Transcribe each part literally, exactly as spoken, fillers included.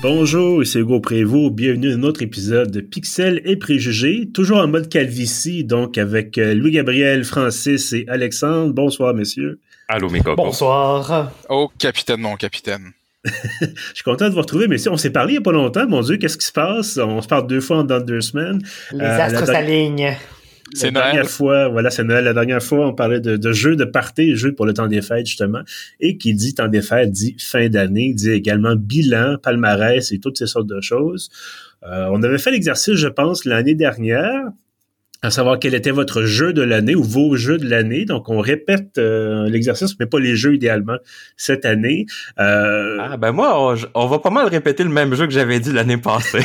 Bonjour, ici Hugo Prévost. Bienvenue à un autre épisode de Pixels et Préjugés, toujours en mode calvitie, donc avec Louis-Gabriel, Francis et Alexandre. Bonsoir, messieurs. Allô, mes copains. Bonsoir. Oh, capitaine, mon capitaine. Je suis content de vous retrouver, messieurs. On s'est parlé il n'y a pas longtemps. Mon Dieu, qu'est-ce qui se passe? On se parle deux fois dans deux semaines. Les euh, astres s'alignent. C'est la dernière fois, voilà, c'est Noël. La dernière fois, on parlait de, de jeux de party, jeux pour le temps des fêtes, justement. Et qui dit temps des fêtes, dit fin d'année, dit également bilan, palmarès et toutes ces sortes de choses. Euh, on avait fait l'exercice, je pense, l'année dernière, à savoir quel était votre jeu de l'année ou vos jeux de l'année. Donc, on répète euh, l'exercice, mais pas les jeux idéalement cette année. Euh... Ah, ben moi, on, on va pas mal répéter le même jeu que j'avais dit l'année passée.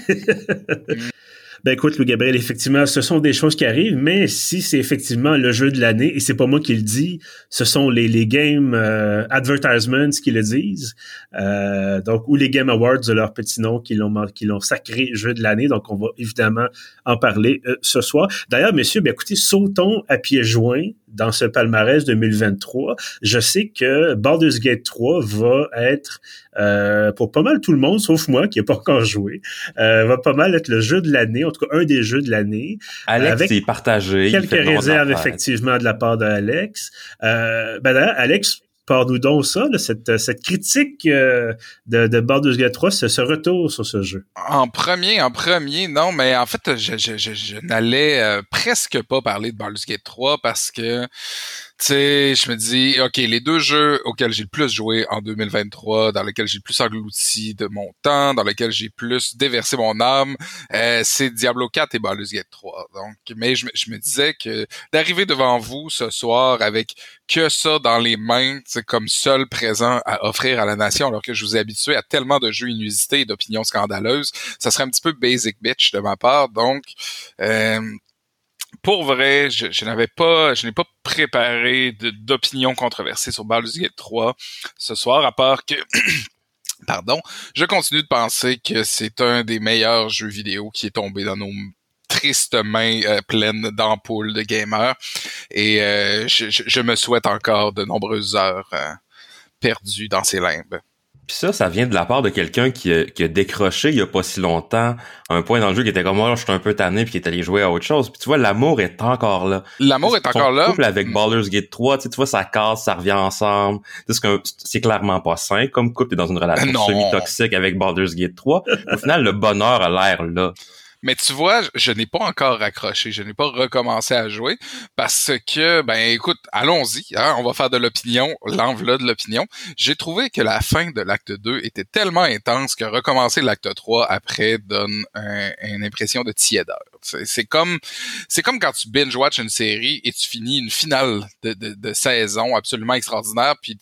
Ben écoute, Louis-Gabriel, effectivement, ce sont des choses qui arrivent, mais si c'est effectivement le jeu de l'année, et c'est pas moi qui le dis, ce sont les, les Game euh, Advertisements qui le disent, euh, donc ou les Game Awards de leur petit nom qui l'ont qui l'ont sacré jeu de l'année, donc on va évidemment en parler euh, ce soir. D'ailleurs, messieurs, ben écoutez, sautons à pieds joints dans ce palmarès deux mille vingt-trois. Je sais que Baldur's Gate trois va être, euh, pour pas mal tout le monde, sauf moi qui n'ai pas encore joué, euh, va pas mal être le jeu de l'année, en tout cas un des jeux de l'année. Alex avec est partagé. Quelques réserves effectivement de la part d'Alex. Euh, ben d'ailleurs, Alex, parle-nous donc ça, là, cette, cette critique euh, de, de Baldur's Gate trois, ce, ce retour sur ce jeu. En premier, en premier, non, mais en fait, je, je, je, je n'allais euh, presque pas parler de Baldur's Gate trois parce que, tu sais, je me dis, OK, les deux jeux auxquels j'ai le plus joué en deux mille vingt-trois, dans lesquels j'ai le plus englouti de mon temps, dans lesquels j'ai plus déversé mon âme, euh, c'est Diablo quatre et Baldur's Gate trois. Donc, mais je, je me disais que d'arriver devant vous ce soir avec que ça dans les mains, c'est comme seul présent à offrir à la nation, alors que je vous ai habitué à tellement de jeux inusités et d'opinions scandaleuses, ça serait un petit peu basic bitch de ma part. Donc, euh, pour vrai, je, je n'avais pas, je n'ai pas préparé de, d'opinions controversées sur Baldur's Gate trois ce soir, à part que, pardon, je continue de penser que c'est un des meilleurs jeux vidéo qui est tombé dans nos tristes mains euh, pleines d'ampoules de gamers. Et euh, je, je, je me souhaite encore de nombreuses heures euh, perdues dans ces limbes. Puis ça, ça vient de la part de quelqu'un qui a, qui a décroché il y a pas si longtemps un point dans le jeu qui était comme moi, oh, je suis un peu tanné, puis qui est allé jouer à autre chose. Puis tu vois, l'amour est encore là. L'amour est encore là. Couple avec Baldur's Gate trois, tu sais, tu vois, ça casse, ça revient ensemble. C'est, que c'est clairement pas sain comme couple, t'es dans une relation semi-toxique avec Baldur's Gate trois. Au final, le bonheur a l'air là. Mais tu vois, je n'ai pas encore raccroché, je n'ai pas recommencé à jouer parce que, ben écoute, allons-y, hein, on va faire de l'opinion, l'enveloppe de l'opinion. J'ai trouvé que la fin de l'acte deux était tellement intense que recommencer l'acte trois après donne un, une impression de tiédeur. C'est, c'est comme c'est comme quand tu binge-watch une série et tu finis une finale de, de, de saison absolument extraordinaire, puis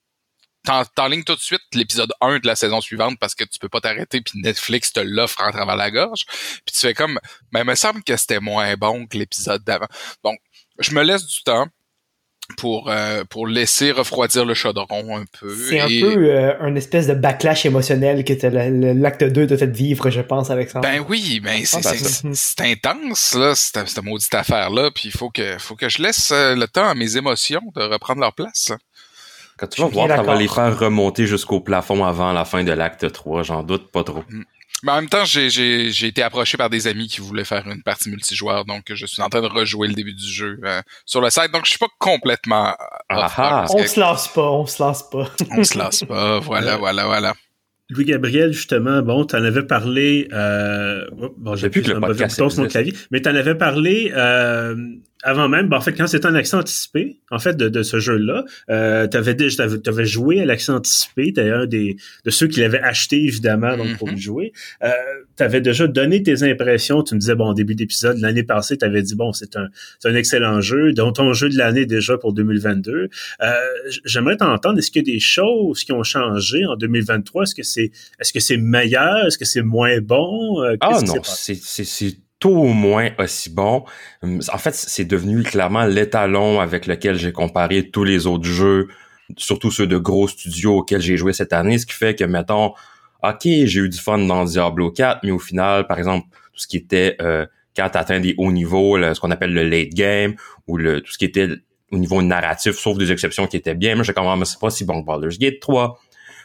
T'en, t'enlignes tout de suite l'épisode un de la saison suivante parce que tu peux pas t'arrêter puis Netflix te l'offre en travers la gorge. Puis tu fais comme, mais il me semble que c'était moins bon que l'épisode d'avant. Donc, je me laisse du temps pour euh, pour laisser refroidir le chaudron un peu. C'est et... un peu euh, un espèce de backlash émotionnel que le, le, l'acte deux doit être vivre, je pense, Alexandre. Ben oui, ben c'est, ah, ben c'est, c'est, c'est intense, là, cette, cette maudite affaire-là. Puis il faut que, faut que je laisse le temps à mes émotions de reprendre leur place, là. Quand tu vas voir, ça va les faire remonter jusqu'au plafond avant la fin de l'acte trois, j'en doute pas trop. Mais en même temps, j'ai, j'ai, j'ai été approché par des amis qui voulaient faire une partie multijoueur, donc je suis en train de rejouer le début du jeu euh, sur le site, donc je suis pas complètement... Ah ah. On se lance pas, on se lance pas. On se lance pas, voilà, voilà, voilà. Louis-Gabriel, justement, bon, t'en avais parlé... Euh, bon, j'ai plus que le podcast sur mon clavier, mais t'en avais parlé... Euh, avant même, ben en fait, quand c'était un accès anticipé, en fait, de, de ce jeu-là, euh, t'avais déjà, t'avais, t'avais joué à l'accès anticipé, t'es un des, de ceux qui l'avaient acheté, évidemment, donc, pour mm-hmm. le jouer. Euh, t'avais déjà donné tes impressions, tu me disais, bon, au début d'épisode, l'année passée, t'avais dit, bon, c'est un, c'est un excellent jeu, dont ton jeu de l'année déjà pour deux mille vingt-deux. Euh, j'aimerais t'entendre, est-ce qu'il y a des choses qui ont changé en deux mille vingt-trois? Est-ce que c'est, est-ce que c'est meilleur? Est-ce que c'est moins bon? Euh, ah non, c'est, c'est, c'est au moins aussi bon. En fait, c'est devenu clairement l'étalon avec lequel j'ai comparé tous les autres jeux, surtout ceux de gros studios auxquels j'ai joué cette année, ce qui fait que, mettons, OK, j'ai eu du fun dans Diablo quatre, mais au final, par exemple, tout ce qui était euh, quand tu atteins des hauts niveaux, là, ce qu'on appelle le late game, ou le tout ce qui était au niveau narratif, sauf des exceptions qui étaient bien, moi, j'ai quand même, c'est pas si bon que Baldur's Gate trois.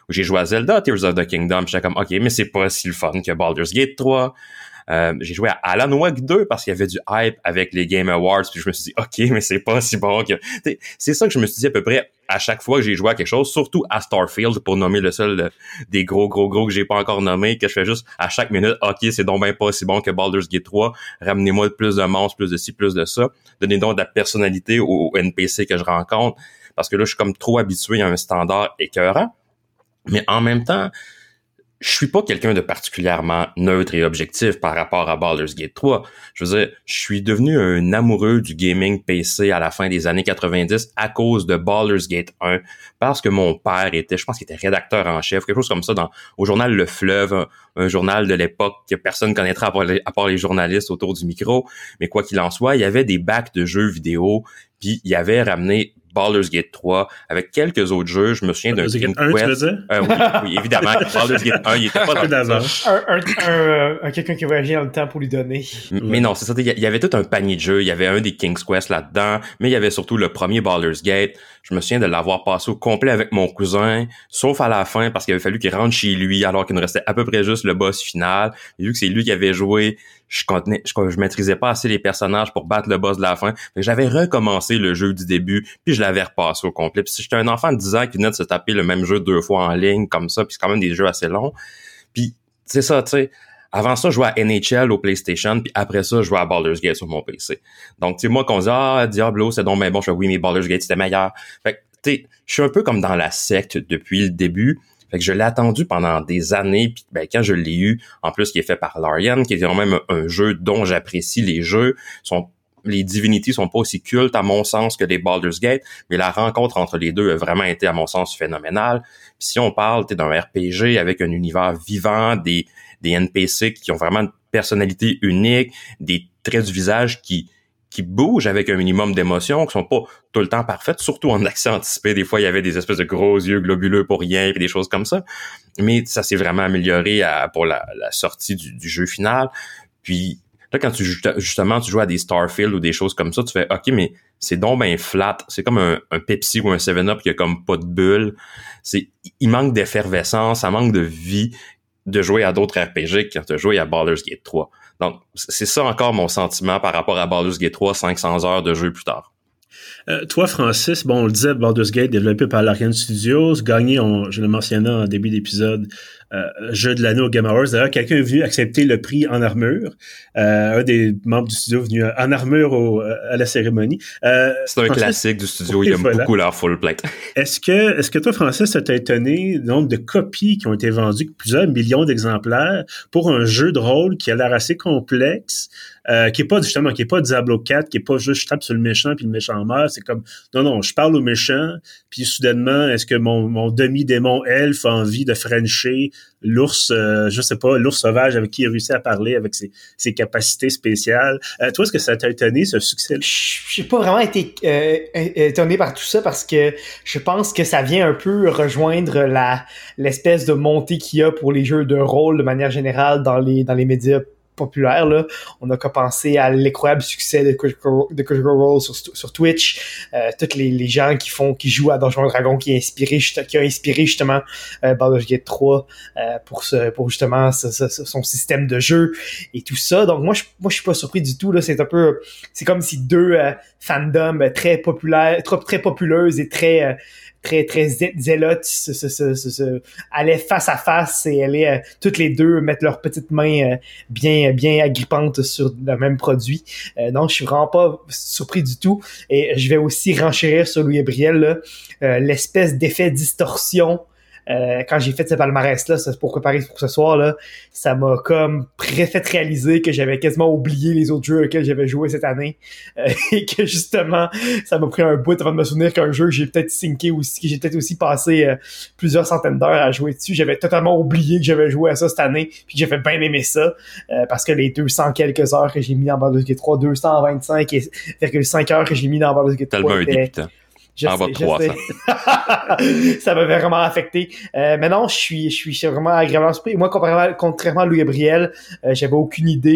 j'ai joué à Zelda, Tears of the Kingdom, j'étais comme, OK, mais c'est pas si le fun que Baldur's Gate trois. Euh, j'ai joué à Alan Wake deux parce qu'il y avait du hype avec les Game Awards, puis je me suis dit, OK, mais c'est pas si bon que... T'sais, c'est ça que je me suis dit à peu près à chaque fois que j'ai joué à quelque chose, surtout à Starfield, pour nommer le seul euh, des gros, gros, gros que j'ai pas encore nommé, que je fais juste à chaque minute, OK, c'est donc ben pas si bon que Baldur's Gate trois, ramenez-moi plus de monstres, plus de ci, plus de ça, donnez donc de la personnalité aux N P C que je rencontre, parce que là, je suis comme trop habitué à un standard écœurant, mais en même temps, je suis pas quelqu'un de particulièrement neutre et objectif par rapport à Baldur's Gate trois. Je veux dire, je suis devenu un amoureux du gaming P C à la fin des années quatre-vingt-dix à cause de Baldur's Gate un, parce que mon père était, je pense qu'il était rédacteur en chef, quelque chose comme ça, dans au journal Le Fleuve, un, un journal de l'époque que personne connaîtra à part, les, à part les journalistes autour du micro. Mais quoi qu'il en soit, il y avait des bacs de jeux vidéo, puis il avait ramené Baldur's Gate trois, avec quelques autres jeux. Je me souviens d'un King un, Quest. Tu veux dire? Euh, oui, oui, évidemment. Baldur's Gate un, il était pas dans ça. Un, un, un, un, quelqu'un qui voyageait dans le temps pour lui donner. Mais ouais. Non, c'est ça. Il y avait tout un panier de jeux. Il y avait un des King's Quest là-dedans, mais il y avait surtout le premier Baldur's Gate. Je me souviens de l'avoir passé au complet avec mon cousin, sauf à la fin, parce qu'il avait fallu qu'il rentre chez lui, alors qu'il nous restait à peu près juste le boss final. Et vu que c'est lui qui avait joué, je contenais, je, je maîtrisais pas assez les personnages pour battre le boss de la fin. Fait que j'avais recommencé le jeu du début, puis je l'avais repassé au complet. Puis si j'étais un enfant de dix ans qui venait de se taper le même jeu deux fois en ligne, comme ça, puis c'est quand même des jeux assez longs. Puis c'est ça, tu sais. Avant ça, je jouais à N H L au PlayStation, puis après ça, je jouais à Baldur's Gate sur mon P C. Donc, tu sais, moi, qu'on dit « Ah, Diablo, c'est donc bien bon », je fais « Oui, mais Baldur's Gate, c'était meilleur. » Fait que, tu sais, je suis un peu comme dans la secte depuis le début. Fait que je l'ai attendu pendant des années, puis ben, quand je l'ai eu, en plus, qui est fait par Larian, qui est quand même un, un jeu dont j'apprécie les jeux, sont les Divinity sont pas aussi cultes à mon sens que les Baldur's Gate, mais la rencontre entre les deux a vraiment été à mon sens phénoménale. Puis si on parle d'un R P G avec un univers vivant, des des N P C qui ont vraiment une personnalité unique, des traits du visage qui qui bougent avec un minimum d'émotion, qui sont pas tout le temps parfaites, surtout en accès anticipé. Des fois, il y avait des espèces de gros yeux globuleux pour rien, et des choses comme ça. Mais ça s'est vraiment amélioré à, pour la, la sortie du, du jeu final. Puis là, quand tu justement tu joues à des Starfield ou des choses comme ça, tu fais OK, mais c'est donc ben flat. C'est comme un, un Pepsi ou un seven up qui a comme pas de bulle. C'est, il manque d'effervescence, ça manque de vie de jouer à d'autres R P G quand tu as joué à Baldur's Gate trois. Donc, c'est ça encore mon sentiment par rapport à Baldur's Gate trois, cinq cents heures de jeu plus tard. Euh, toi, Francis, bon, on le disait, Baldur's Gate, développé par Larian Studios, gagné, on, je le mentionnais en début d'épisode, euh, jeu de l'année au Game Awards. D'ailleurs, quelqu'un est venu accepter le prix en armure. Euh, un des membres du studio est venu en armure au, à la cérémonie. Euh, C'est un Francis, classique du studio, oui, il aime voilà. beaucoup leur full plate. Est-ce que, est-ce que toi, Francis, ça t'a étonné du nombre de copies qui ont été vendues, plusieurs millions d'exemplaires, pour un jeu de rôle qui a l'air assez complexe, euh, qui est pas, justement, qui est pas Diablo quatre, qui est pas juste je tape sur le méchant puis le méchant meurt. C'est comme, non, non, je parle au méchant, puis soudainement, est-ce que mon, mon demi-démon elfe a envie de frencher l'ours, euh, je sais pas, l'ours sauvage avec qui il a réussi à parler, avec ses, ses capacités spéciales. Euh, toi, est-ce que ça t'a étonné, ce succès-là? J'ai pas vraiment été euh, étonné par tout ça parce que je pense que ça vient un peu rejoindre la l'espèce de montée qu'il y a pour les jeux de rôle de manière générale dans les dans les médias populaire, là. On a qu'à penser à l'incroyable succès de Critical, de Critical Role sur, sur Twitch, euh, tous les, les gens qui font, qui jouent à Donjons et Dragons, qui a inspiré, qui a inspiré justement euh, Baldur's Gate trois euh, pour ce, pour justement ce, ce, son système de jeu et tout ça. Donc moi, je, moi, je suis pas surpris du tout, là. C'est un peu, c'est comme si deux euh, fandoms très populaires, très, très populeuses et très euh, très très zélotes se, se, se, se, se allaient face à face et allaient euh, toutes les deux mettre leurs petites mains euh, bien bien agrippantes sur le même produit. Euh, donc je suis vraiment pas surpris du tout et je vais aussi renchérir sur Louis Gabriel là, euh, l'espèce d'effet distorsion. Euh, quand j'ai fait ce palmarès-là, ça, pour préparer pour ce soir-là, ça m'a comme fait réaliser que j'avais quasiment oublié les autres jeux auxquels j'avais joué cette année. Euh, et que justement, ça m'a pris un bout avant de me souvenir qu'un jeu que j'ai peut-être synqué aussi, que j'ai peut-être aussi passé euh, plusieurs centaines d'heures à jouer dessus. J'avais totalement oublié que j'avais joué à ça cette année, puis que j'avais bien aimé ça, euh, parce que les deux cents quelques heures que j'ai mis dans Baldur's Gate trois, deux cent vingt-cinq virgule cinq heures que j'ai mis dans Baldur's Gate trois, tellement un débutant. Je en sais, bas de ça m'avait vraiment affecté. Euh, mais non, je suis, je suis vraiment agréablement surpris. Moi, contrairement, contrairement à Louis Gabriel, euh, j'avais aucune idée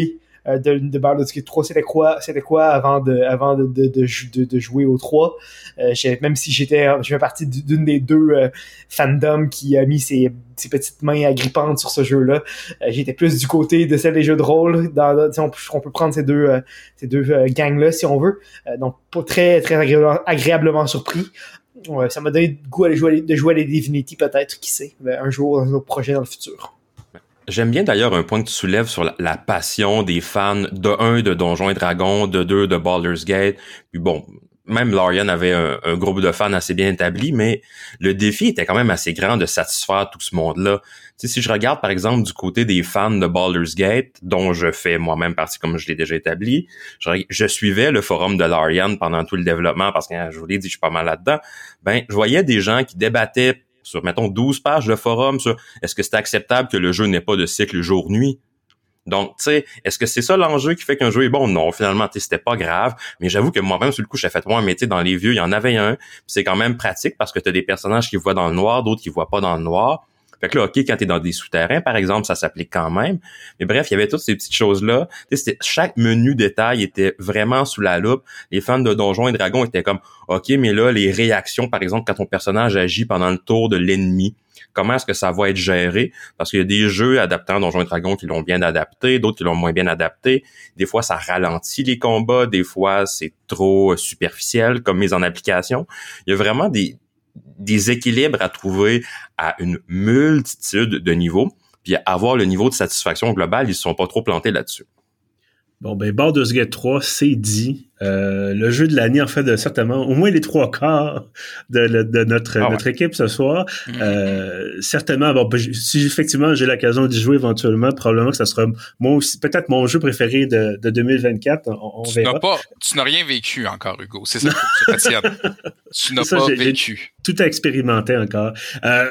euh, de, de Baldur's Gate trois, c'était quoi, c'était quoi avant de, avant de, de, de, de, de jouer au trois. Euh, j'ai, même si j'étais, je fais partie d'une des deux euh, fandoms qui a mis ses, ses petites mains agrippantes sur ce jeu-là, euh, j'étais plus du côté de celle des jeux de rôle. Dans, dans, on, on peut prendre ces deux, euh, ces deux euh, gangs-là si on veut. Euh, donc, pas très, très agréablement, agréablement surpris. Ouais, ça m'a donné le goût de jouer, de jouer à les Divinity, peut-être, qui sait, un jour, dans un autre projet dans le futur. J'aime bien d'ailleurs un point que tu soulèves sur la, la passion des fans de un de Donjons et Dragons, de deux de Baldur's Gate. Puis bon, même Larian avait un, un groupe de fans assez bien établi, mais le défi était quand même assez grand de satisfaire tout ce monde-là. Tu sais, si je regarde par exemple du côté des fans de Baldur's Gate, dont je fais moi-même partie comme je l'ai déjà établi, je, je suivais le forum de Larian pendant tout le développement parce que je vous l'ai dit, je suis pas mal là-dedans. Ben, je voyais des gens qui débattaient sur, mettons, douze pages de forum sur est-ce que c'est acceptable que le jeu n'ait pas de cycle jour-nuit? Donc, tu sais, est-ce que c'est ça l'enjeu qui fait qu'un jeu est bon? Non, finalement, tu sais, c'était pas grave. Mais j'avoue que moi-même, sur le coup, j'ai fait moi, mais tu sais, dans les vieux, il y en avait un. Puis c'est quand même pratique parce que t'as des personnages qui voient dans le noir, d'autres qui voient pas dans le noir. Fait que là, OK, quand t'es dans des souterrains, par exemple, ça s'applique quand même. Mais bref, il y avait toutes ces petites choses-là. Tu sais, chaque menu détail était vraiment sous la loupe. Les fans de Donjons et Dragons étaient comme, OK, mais là, les réactions, par exemple, quand ton personnage agit pendant le tour de l'ennemi, comment est-ce que ça va être géré? Parce qu'il y a des jeux adaptant Donjons et Dragons qui l'ont bien adapté, d'autres qui l'ont moins bien adapté. Des fois, ça ralentit les combats. Des fois, c'est trop superficiel comme mise en application. Il y a vraiment des des équilibres à trouver à une multitude de niveaux, puis avoir le niveau de satisfaction globale, ils se sont pas trop plantés là-dessus. Bon, ben, Baldur's Gate trois, c'est dit. Euh, le jeu de l'année, en fait, de, certainement, au moins les trois quarts de, de, de notre, ah ouais. notre équipe ce soir. Mm-hmm. Euh, certainement, bon, si effectivement j'ai l'occasion d'y jouer éventuellement, probablement que ça sera mon, peut-être mon jeu préféré de, de deux mille vingt-quatre. On, on tu verra. N'as pas, tu n'as rien vécu encore, Hugo. C'est ça qu'il faut que tu retiennes. Tu n'as ça, pas j'ai, vécu. J'ai tout à expérimenter encore. Euh,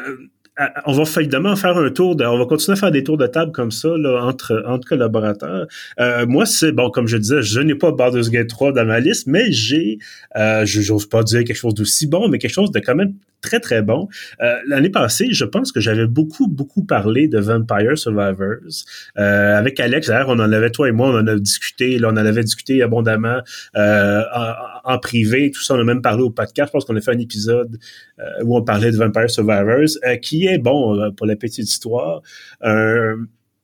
On va évidemment faire un tour de, on va continuer à faire des tours de table comme ça, là, entre, entre collaborateurs. Euh, moi, c'est, bon, comme je disais, je n'ai pas Baldur's Gate trois dans ma liste, mais j'ai, euh, je, j'ose pas dire quelque chose d'aussi bon, mais quelque chose de quand même très, très bon. Euh, l'année passée, je pense que j'avais beaucoup, beaucoup parlé de Vampire Survivors. Euh, avec Alex, d'ailleurs, on en avait, toi et moi, on en a discuté, là, on en avait discuté abondamment, euh, en, en privé, tout ça, on a même parlé au podcast. Je pense qu'on a fait un épisode, euh, où on parlait de Vampire Survivors, euh, qui est, bon, pour la petite histoire, un,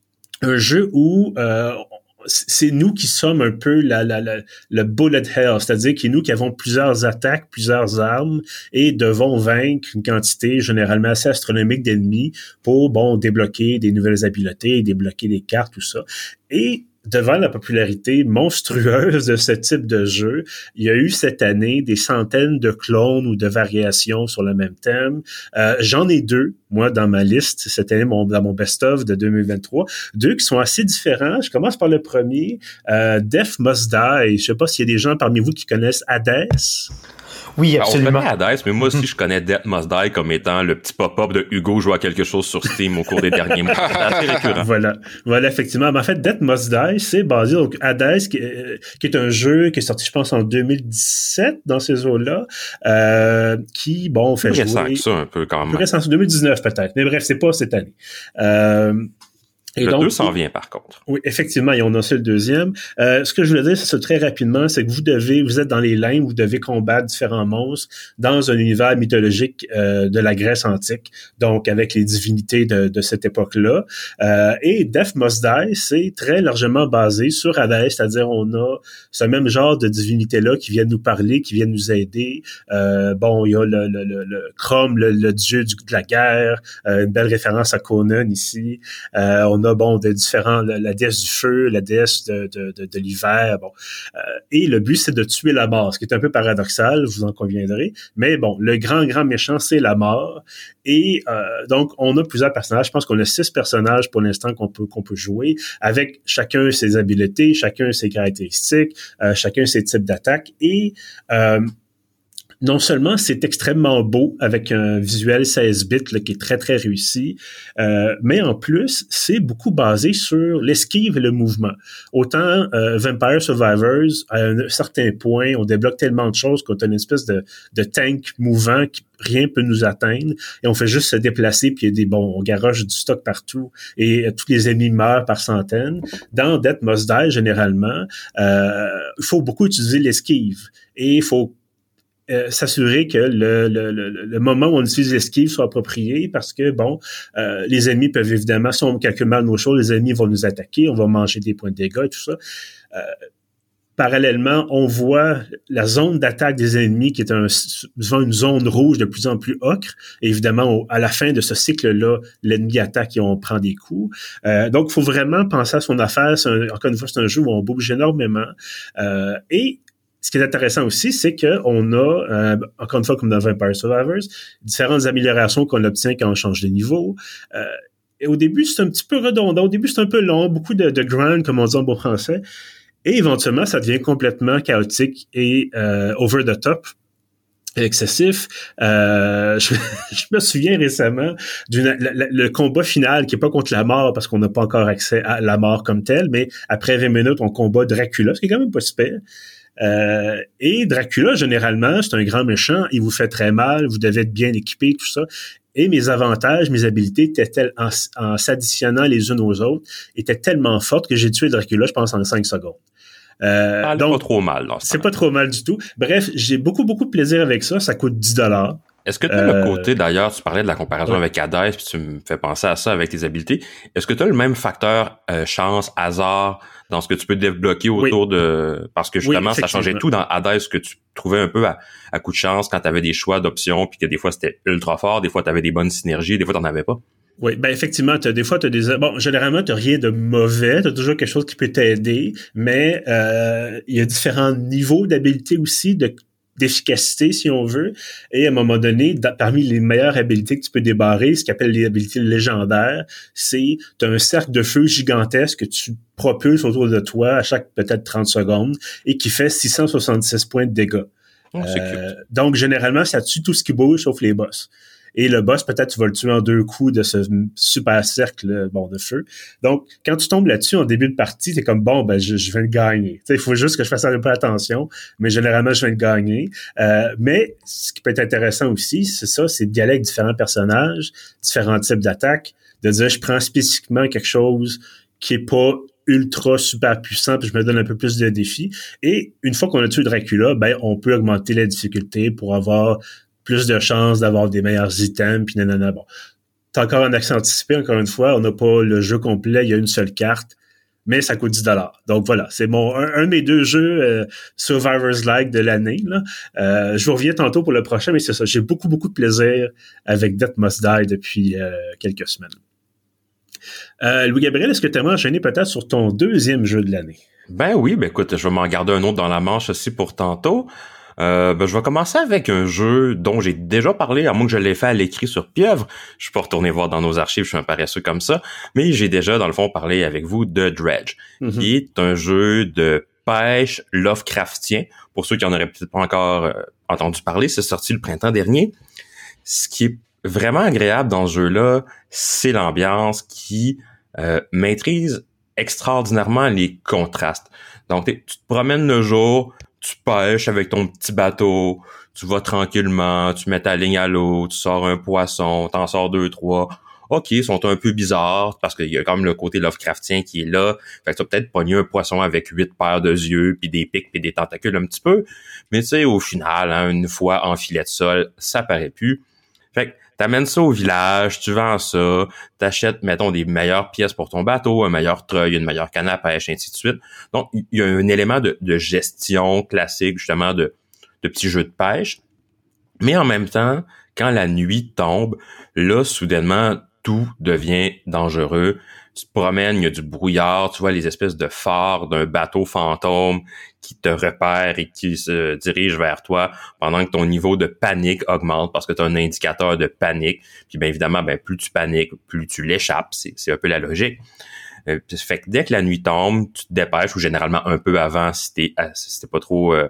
un jeu où, euh, c'est nous qui sommes un peu la, la, la, le bullet hell, c'est-à-dire que nous qui avons plusieurs attaques, plusieurs armes et devons vaincre une quantité généralement assez astronomique d'ennemis pour, bon, débloquer des nouvelles habiletés, débloquer des cartes, tout ça. Et devant la popularité monstrueuse de ce type de jeu, il y a eu cette année des centaines de clones ou de variations sur le même thème. Euh, j'en ai deux, moi, dans ma liste, cette année, mon, dans mon best-of de deux mille vingt-trois. Deux qui sont assez différents. Je commence par le premier, euh, Death Must Die. Je sais pas s'il y a des gens parmi vous qui connaissent Hades. Oui, absolument. Alors, on connaît Hades, mais moi aussi, je connais Death Must Die comme étant le petit pop-up de Hugo jouant à quelque chose sur Steam au cours des derniers mois. C'est assez récurrent. Voilà. Voilà, effectivement. Mais en fait, Death Must Die, c'est basé, donc, Hades, qui, euh, qui est un jeu qui est sorti, je pense, en deux mille dix-sept, dans ces eaux-là, euh, qui, bon, fait plus jouer... récent que ça, un peu, quand même. Plus récent, deux mille dix-neuf, peut-être. Mais bref, c'est pas cette année. Euh, Et le donc, deux s'en vient, par contre. Oui, effectivement, et on a aussi le deuxième. Euh, ce que je voulais dire, c'est ça, très rapidement, c'est que vous devez, vous êtes dans les limbes, vous devez combattre différents monstres dans un univers mythologique euh, de la Grèce antique, donc avec les divinités de, de cette époque-là. Euh, et Death Must Die, c'est très largement basé sur Hades, c'est-à-dire on a ce même genre de divinités-là qui viennent nous parler, qui viennent nous aider. Euh, bon, il y a le, le, le, le Chrome, le, le dieu du, de la guerre, euh, une belle référence à Conan ici. Euh, on a bon, de différents, la, la déesse du feu, la déesse de, de, de, de l'hiver, bon. Euh, et le but, c'est de tuer la mort, ce qui est un peu paradoxal, vous en conviendrez. Mais bon, le grand, grand méchant, c'est la mort. Et euh, donc, on a plusieurs personnages. Je pense qu'on a six personnages pour l'instant qu'on peut, qu'on peut jouer, avec chacun ses habiletés, chacun ses caractéristiques, euh, chacun ses types d'attaques. Et... Euh, non seulement c'est extrêmement beau avec un visuel seize bits là, qui est très, très réussi, euh, mais en plus, c'est beaucoup basé sur l'esquive et le mouvement. Autant euh, Vampire Survivors, à un certain point, on débloque tellement de choses qu'on a une espèce de, de tank mouvant qui rien peut nous atteindre et on fait juste se déplacer puis il y a des bon on garoche du stock partout et euh, tous les ennemis meurent par centaines. Dans Death Must Die généralement euh, il faut beaucoup utiliser l'esquive et il faut euh, s'assurer que le, le, le, le moment où on utilise l'esquive soit approprié parce que bon euh, les ennemis peuvent évidemment si on calcule mal nos choses, les ennemis vont nous attaquer, on va manger des points de dégâts et tout ça. Euh, Parallèlement, on voit la zone d'attaque des ennemis qui est un, souvent une zone rouge de plus en plus ocre. Et évidemment, au, à la fin de ce cycle-là, l'ennemi attaque et on prend des coups. Euh, donc, il faut vraiment penser à son affaire. C'est un, encore une fois, c'est un jeu où on bouge énormément. Euh, et ce qui est intéressant aussi, c'est qu'on a, euh, encore une fois, comme dans Vampire Survivors, différentes améliorations qu'on obtient quand on change de niveau. Euh, et au début, c'est un petit peu redondant. Au début, c'est un peu long, beaucoup de, de grind, comme on dit en bon français. Et éventuellement, ça devient complètement chaotique et euh, over the top, excessif. Euh, je, je me souviens récemment du le combat final qui est pas contre la mort parce qu'on n'a pas encore accès à la mort comme telle, mais après vingt minutes, on combat Dracula, ce qui est quand même pas super. Euh, et Dracula, généralement, c'est un grand méchant, il vous fait très mal, vous devez être bien équipé, tout ça. Et mes avantages, mes habilités étaient en, en s'additionnant les unes aux autres, étaient tellement fortes que j'ai tué Dracula, je pense, en cinq secondes. Euh, ah, donc, pas trop mal. Là, c'est pas trop mal du tout. Bref, j'ai beaucoup, beaucoup de plaisir avec ça. Ça coûte dix dollars. Est-ce que tu as euh, le côté, d'ailleurs, tu parlais de la comparaison ouais. avec Hades, puis tu me fais penser à ça avec tes habiletés. Est-ce que tu as le même facteur euh, chance, hasard, dans ce que tu peux débloquer autour oui. de... Parce que justement, oui, ça changeait tout dans Hades, ce que tu trouvais un peu à, à coup de chance quand tu avais des choix d'options, puis que des fois, c'était ultra fort, des fois, tu avais des bonnes synergies, des fois, tu n'en avais pas. Oui, ben effectivement, t'as, des fois, tu as des... Bon, généralement, tu n'as rien de mauvais, tu as toujours quelque chose qui peut t'aider, mais euh, il y a différents niveaux d'habileté aussi, de d'efficacité, si on veut, et à un moment donné, dans, parmi les meilleures habiletés que tu peux débarrer, ce qu'on appelle les habiletés légendaires, c'est tu as un cercle de feu gigantesque que tu propulses autour de toi à chaque peut-être trente secondes et qui fait six cent soixante-six points de dégâts. Oh, euh, donc, généralement, ça tue tout ce qui bouge sauf les boss. Et le boss, peut-être, tu vas le tuer en deux coups de ce super cercle bon de feu. Donc, quand tu tombes là-dessus en début de partie, t'es comme, bon, ben je, je vais le gagner. Il faut juste que je fasse un peu attention, mais généralement, je vais le gagner. Euh, mais ce qui peut être intéressant aussi, c'est ça, c'est d'y aller avec différents personnages, différents types d'attaques, de dire, je prends spécifiquement quelque chose qui est pas ultra super puissant, puis je me donne un peu plus de défis. Et une fois qu'on a tué Dracula, ben on peut augmenter la difficulté pour avoir plus de chances d'avoir des meilleurs items, puis nanana. Bon, t'as encore un accès anticipé, encore une fois, on n'a pas le jeu complet, il y a une seule carte, mais ça coûte dix dollars. Donc voilà, c'est mon un, un de mes deux jeux euh, Survivors-like de l'année. Là. Euh, je vous reviens tantôt pour le prochain, mais c'est ça, j'ai beaucoup, beaucoup de plaisir avec Death Must Die depuis euh, quelques semaines. Euh, Louis-Gabriel, est-ce que tu aimerais enchaîner peut-être sur ton deuxième jeu de l'année? Ben oui, ben écoute, je vais m'en garder un autre dans la manche aussi pour tantôt. Euh, ben, je vais commencer avec un jeu dont j'ai déjà parlé, à moins que je l'ai fait à l'écrit sur Pieuvre. Je suis pas retourné voir dans nos archives, je suis un paresseux comme ça. Mais j'ai déjà, dans le fond, parlé avec vous de Dredge, mm-hmm. qui est un jeu de pêche Lovecraftien. Pour ceux qui en auraient peut-être pas encore euh, entendu parler, c'est sorti le printemps dernier. Ce qui est vraiment agréable dans ce jeu-là, c'est l'ambiance qui euh, maîtrise extraordinairement les contrastes. Donc, tu te promènes le jour, tu pêches avec ton petit bateau, tu vas tranquillement, tu mets ta ligne à l'eau, tu sors un poisson, t'en sors deux, trois. OK, ils sont un peu bizarres parce qu'il y a quand même le côté Lovecraftien qui est là. Fait que tu vas peut-être pogner un poisson avec huit paires de yeux, puis des pics, puis des tentacules un petit peu. Mais tu sais, au final, hein, une fois en filet de sol, ça paraît plus. Fait que t'amènes ça au village, tu vends ça, t'achètes, mettons, des meilleures pièces pour ton bateau, un meilleur treuil, une meilleure canne à pêche, ainsi de suite. Donc, il y a un élément de, de gestion classique, justement, de, de petits jeux de pêche. Mais en même temps, quand la nuit tombe, là, soudainement, tout devient dangereux. Tu te promènes, il y a du brouillard, tu vois les espèces de phares d'un bateau fantôme qui te repère et qui se dirige vers toi pendant que ton niveau de panique augmente parce que tu as un indicateur de panique. Puis bien évidemment, ben plus tu paniques, plus tu l'échappes. C'est, c'est un peu la logique. Euh, fait que dès que la nuit tombe, tu te dépêches, ou généralement un peu avant si t'es, si t'es pas trop euh,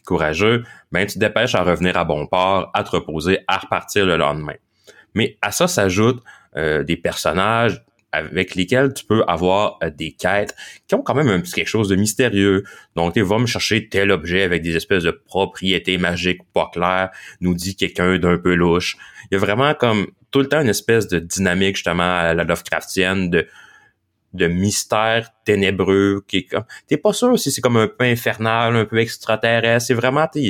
courageux, ben tu te dépêches à revenir à bon port, à te reposer, à repartir le lendemain. Mais à ça s'ajoutent euh, des personnages avec lesquels tu peux avoir euh, des quêtes qui ont quand même un petit quelque chose de mystérieux. Donc, tu vas me chercher tel objet avec des espèces de propriétés magiques pas claires, nous dit quelqu'un d'un peu louche. Il y a vraiment comme tout le temps une espèce de dynamique justement à la Lovecraftienne de de mystère ténébreux qui est comme t'es pas sûr si c'est comme un peu infernal, un peu extraterrestre. C'est vraiment t'es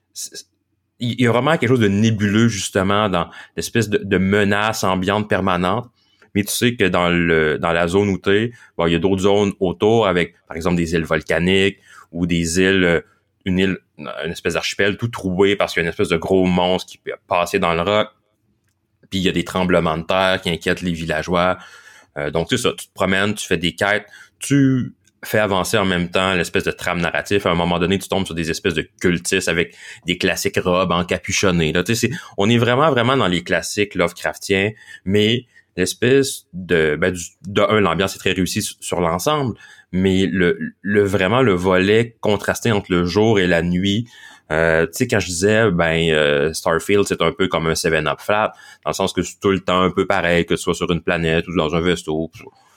il y a vraiment quelque chose de nébuleux justement dans l'espèce de, de menace ambiante permanente. Mais tu sais que dans le dans la zone où t'es, bon, il y a d'autres zones autour avec, par exemple, des îles volcaniques ou des îles, une île, une espèce d'archipel tout troué parce qu'il y a une espèce de gros monstre qui peut passer dans le roc. Puis il y a des tremblements de terre qui inquiètent les villageois. Euh, donc c'est ça, tu te promènes, tu fais des quêtes, tu fais avancer en même temps l'espèce de trame narratif. À un moment donné, tu tombes sur des espèces de cultistes avec des classiques robes encapuchonnées. Là, tu sais, c'est, on est vraiment, vraiment dans les classiques Lovecraftiens, mais l'espèce de, ben, du, de un, l'ambiance est très réussie sur, sur l'ensemble, mais le, le, vraiment le volet contrasté entre le jour et la nuit, euh, tu sais, quand je disais, ben, euh, Starfield, c'est un peu comme un seven up flat, dans le sens que c'est tout le temps un peu pareil, que ce soit sur une planète ou dans un vaisseau.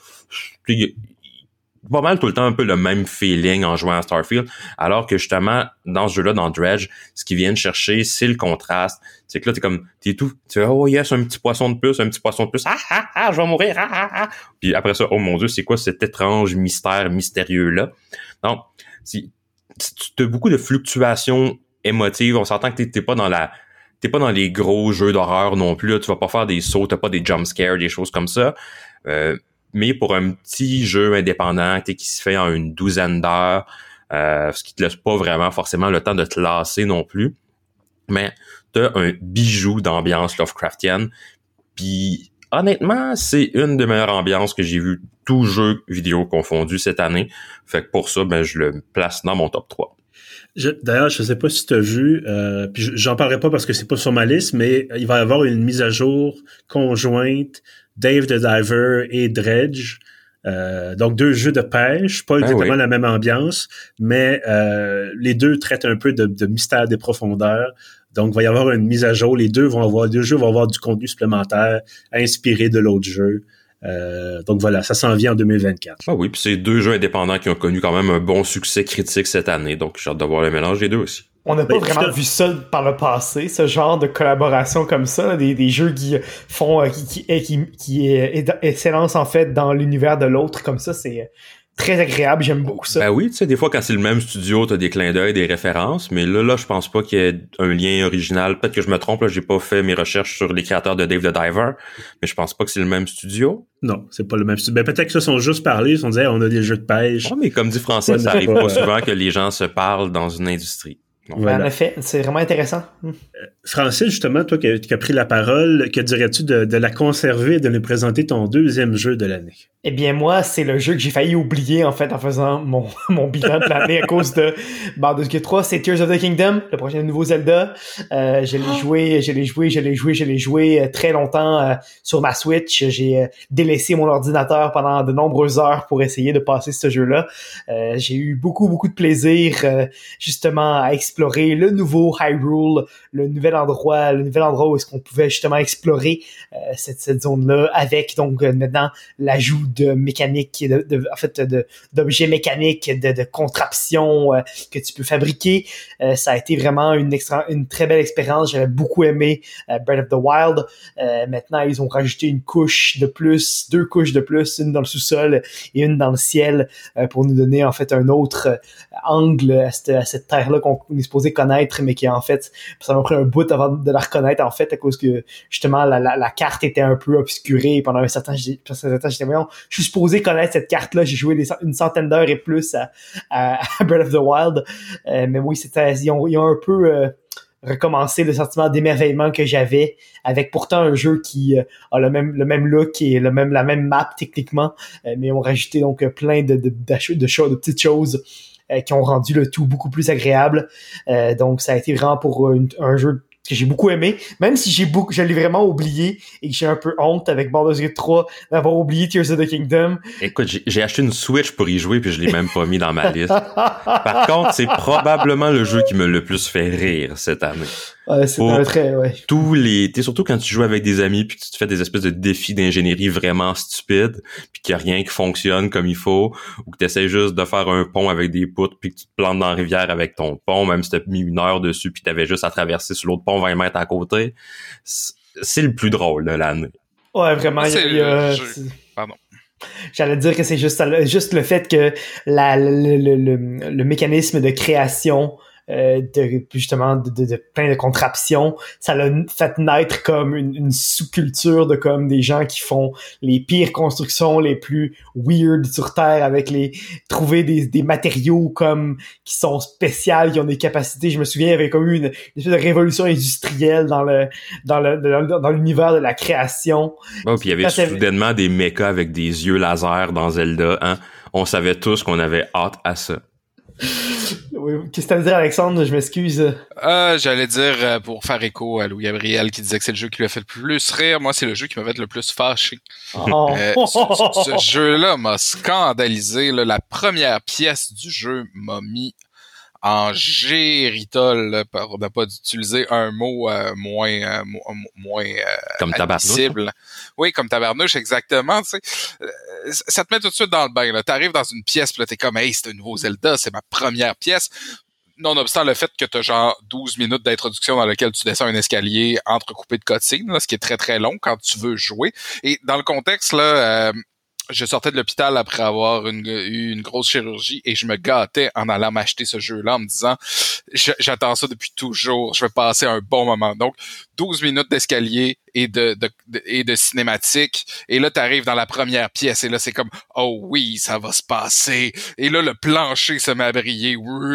Puis, pas mal tout le temps un peu le même feeling en jouant à Starfield, alors que justement, dans ce jeu-là, dans Dredge, ce qu'ils viennent chercher, c'est le contraste. C'est que là, t'es comme, t'es tout, tu fais, oh yes, un petit poisson de plus, un petit poisson de plus, ah, ah, ah, je vais mourir, ah, ah, ah. Puis après ça, oh mon Dieu, c'est quoi cet étrange mystère mystérieux-là? Donc, si, tu as beaucoup de fluctuations émotives, on s'entend que t'es, t'es pas dans la, t'es pas dans les gros jeux d'horreur non plus, là. Tu vas pas faire des sauts, t'as pas des jump scares, des choses comme ça. Euh, mais pour un petit jeu indépendant qui se fait en une douzaine d'heures, euh, ce qui te laisse pas vraiment forcément le temps de te lasser non plus, mais t'as un bijou d'ambiance Lovecraftienne. Puis honnêtement, c'est une des meilleures ambiances que j'ai vues, tout jeu vidéo confondu cette année. Fait que pour ça, ben je le place dans mon top trois. Je, d'ailleurs, je sais pas si tu as vu, euh, puis j'en parlerai pas parce que c'est pas sur ma liste, mais il va y avoir une mise à jour conjointe Dave the Diver et Dredge. Euh, donc deux jeux de pêche, pas exactement ben oui. la même ambiance, mais euh, les deux traitent un peu de, de mystère des profondeurs. Donc il va y avoir une mise à jour. Les deux vont avoir, les deux jeux vont avoir du contenu supplémentaire inspiré de l'autre jeu. Euh, donc voilà, ça s'en vient en deux mille vingt-quatre. Ah oui, puis c'est deux jeux indépendants qui ont connu quand même un bon succès critique cette année, donc j'ai hâte de voir le mélange des deux aussi. On n'a pas ben, vraiment vu ça par le passé, ce genre de collaboration comme ça, des, des jeux qui font, qui, qui, qui, qui excellence en fait dans l'univers de l'autre comme ça, c'est très agréable, j'aime beaucoup ça. Ben oui, tu sais, des fois quand c'est le même studio, t'as des clins d'œil, des références, mais là, là, je pense pas qu'il y ait un lien original. Peut-être que je me trompe, là, j'ai pas fait mes recherches sur les créateurs de Dave the Diver, mais je pense pas que c'est le même studio. Non, c'est pas le même studio. Ben peut-être que ça sont juste parlé, ils se sont dit hey, on a des jeux de pêche. Oh, mais comme dit Français, ça arrive pas souvent que les gens se parlent dans une industrie. Voilà. En effet, c'est vraiment intéressant. Euh, Francis, justement, toi qui, qui as pris la parole, que dirais-tu de, de la conserver et de nous présenter ton deuxième jeu de l'année? Eh bien, moi, c'est le jeu que j'ai failli oublier, en fait, en faisant mon, mon bilan de l'année à cause de Baldur's Gate trois. C'est Tears of the Kingdom, le prochain nouveau Zelda. Euh, je l'ai oh. joué, je l'ai joué, je l'ai joué, je l'ai joué très longtemps euh, sur ma Switch. J'ai euh, délaissé mon ordinateur pendant de nombreuses heures pour essayer de passer ce jeu-là. Euh, j'ai eu beaucoup, beaucoup de plaisir, euh, justement, à explorer le nouveau Hyrule, le nouvel endroit, le nouvel endroit où est-ce qu'on pouvait justement explorer euh, cette, cette zone-là avec, donc, euh, maintenant, l'ajout de mécanique, de, de, en fait, de, d'objets mécaniques, de, de contraptions euh, que tu peux fabriquer. Euh, ça a été vraiment une, extra, une très belle expérience. J'avais beaucoup aimé euh, Breath of the Wild. Euh, maintenant, ils ont rajouté une couche de plus, deux couches de plus, une dans le sous-sol et une dans le ciel euh, pour nous donner en fait un autre euh, angle à cette, à cette terre-là qu'on est supposé connaître, mais qui en fait, ça m'a pris un bout avant de la reconnaître en fait à cause que justement la, la, la carte était un peu obscurée pendant un certain, un certain temps. J'étais voyons, je suis supposé connaître cette carte-là. J'ai joué des, une centaine d'heures et plus à, à, à Breath of the Wild. Euh, mais oui, c'était, ils ont, ils ont un peu euh, recommencé le sentiment d'émerveillement que j'avais avec pourtant un jeu qui euh, a le même, le même look et le même, la même map techniquement. Euh, mais ils ont rajouté donc plein de, de, de, de, choses, de petites choses euh, qui ont rendu le tout beaucoup plus agréable. Euh, donc, ça a été vraiment pour une, un jeu que j'ai beaucoup aimé, même si j'ai beaucoup, je l'ai vraiment oublié et que j'ai un peu honte avec Baldur's Gate trois d'avoir oublié Tears of the Kingdom. Écoute, j'ai, j'ai acheté une Switch pour y jouer puis je l'ai même pas mis dans ma liste. Par contre, c'est probablement le jeu qui me le plus fait rire cette année. Ouais, c'est Pour un très, ouais. tous les, t'sais, surtout quand tu joues avec des amis puis que tu te fais des espèces de défis d'ingénierie vraiment stupides puis qu'il y a rien qui fonctionne comme il faut ou que tu essaies juste de faire un pont avec des poutres puis que tu te plantes dans la rivière avec ton pont, même si t'as mis une heure dessus puis t'avais juste à traverser sur l'autre pont vingt mètres à côté. C'est le plus drôle de l'année. Ouais, vraiment. C'est il y a, le jeu. Pardon. J'allais dire que c'est juste, juste le fait que la, le, le, le, le mécanisme de création euh, de justement de, de, de plein de contraptions, ça l'a fait naître comme une, une sous-culture de comme des gens qui font les pires constructions les plus weird sur Terre avec les trouver des, des matériaux comme qui sont spéciaux, qui ont des capacités. Je me souviens, il y avait comme eu une, une espèce de révolution industrielle dans le dans le dans, dans l'univers de la création. Oh, puis il y avait Ça, soudainement des mechas avec des yeux laser dans Zelda, hein. On savait tous qu'on avait hâte à ça. Oui, qu'est-ce que t'as à dire, Alexandre? Je m'excuse. Euh, j'allais dire, euh, pour faire écho à Louis-Gabriel qui disait que c'est le jeu qui lui a fait le plus rire, moi, c'est le jeu qui m'a fait le plus fâché. Oh. Euh, ce, ce- ce jeu-là m'a scandalisé. Là. La première pièce du jeu m'a mis en géritol, là, pour ne pas utiliser un mot euh, moins euh, mo- moins euh, Comme tabarnouche. admissible. Oui, comme tabarnouche, exactement. Tu sais, Euh, ça te met tout de suite dans le bain. Là. T'arrives dans une pièce, puis là, t'es comme, hey, c'est un nouveau Zelda, c'est ma première pièce. Nonobstant le fait que t'as genre douze minutes d'introduction dans lequel tu descends un escalier entrecoupé de cutscenes, là, ce qui est très très long quand tu veux jouer. Et dans le contexte, là, euh, je sortais de l'hôpital après avoir une, eu une grosse chirurgie et je me gâtais en allant m'acheter ce jeu-là en me disant je- j'attends ça depuis toujours, je vais passer un bon moment. Donc, douze minutes d'escalier et de, de, de- et de cinématique. Et là, t'arrives dans la première pièce et là, c'est comme oh oui, ça va se passer. Et là, le plancher se met à briller.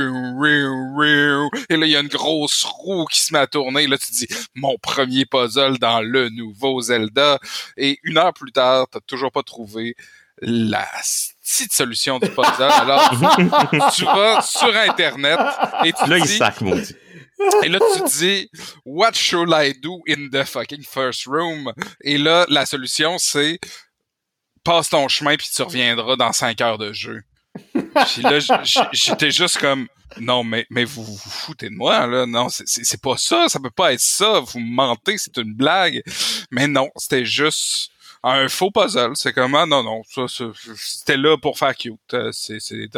Et là, il y a une grosse roue qui se met à tourner. Et là, tu te dis mon premier puzzle dans le nouveau Zelda. Et une heure plus tard, t'as toujours pas trouvé la petite solution du puzzle. Alors, tu vas sur Internet et tu Là, il dis, sac, maudit. et là, tu te dis, what should I do in the fucking first room? Et là, la solution, c'est, passe ton chemin puis tu reviendras dans cinq heures de jeu. Puis là, j- j- j'étais juste comme, non, mais, mais vous vous foutez de moi, là. Non, c'est, c'est, c'est pas ça. Ça peut pas être ça. Vous me mentez. C'est une blague. Mais non, c'était juste un faux puzzle. C'est comme, ah, non, non, ça, ça, c'était là pour faire cute. Euh, C'est, c'est,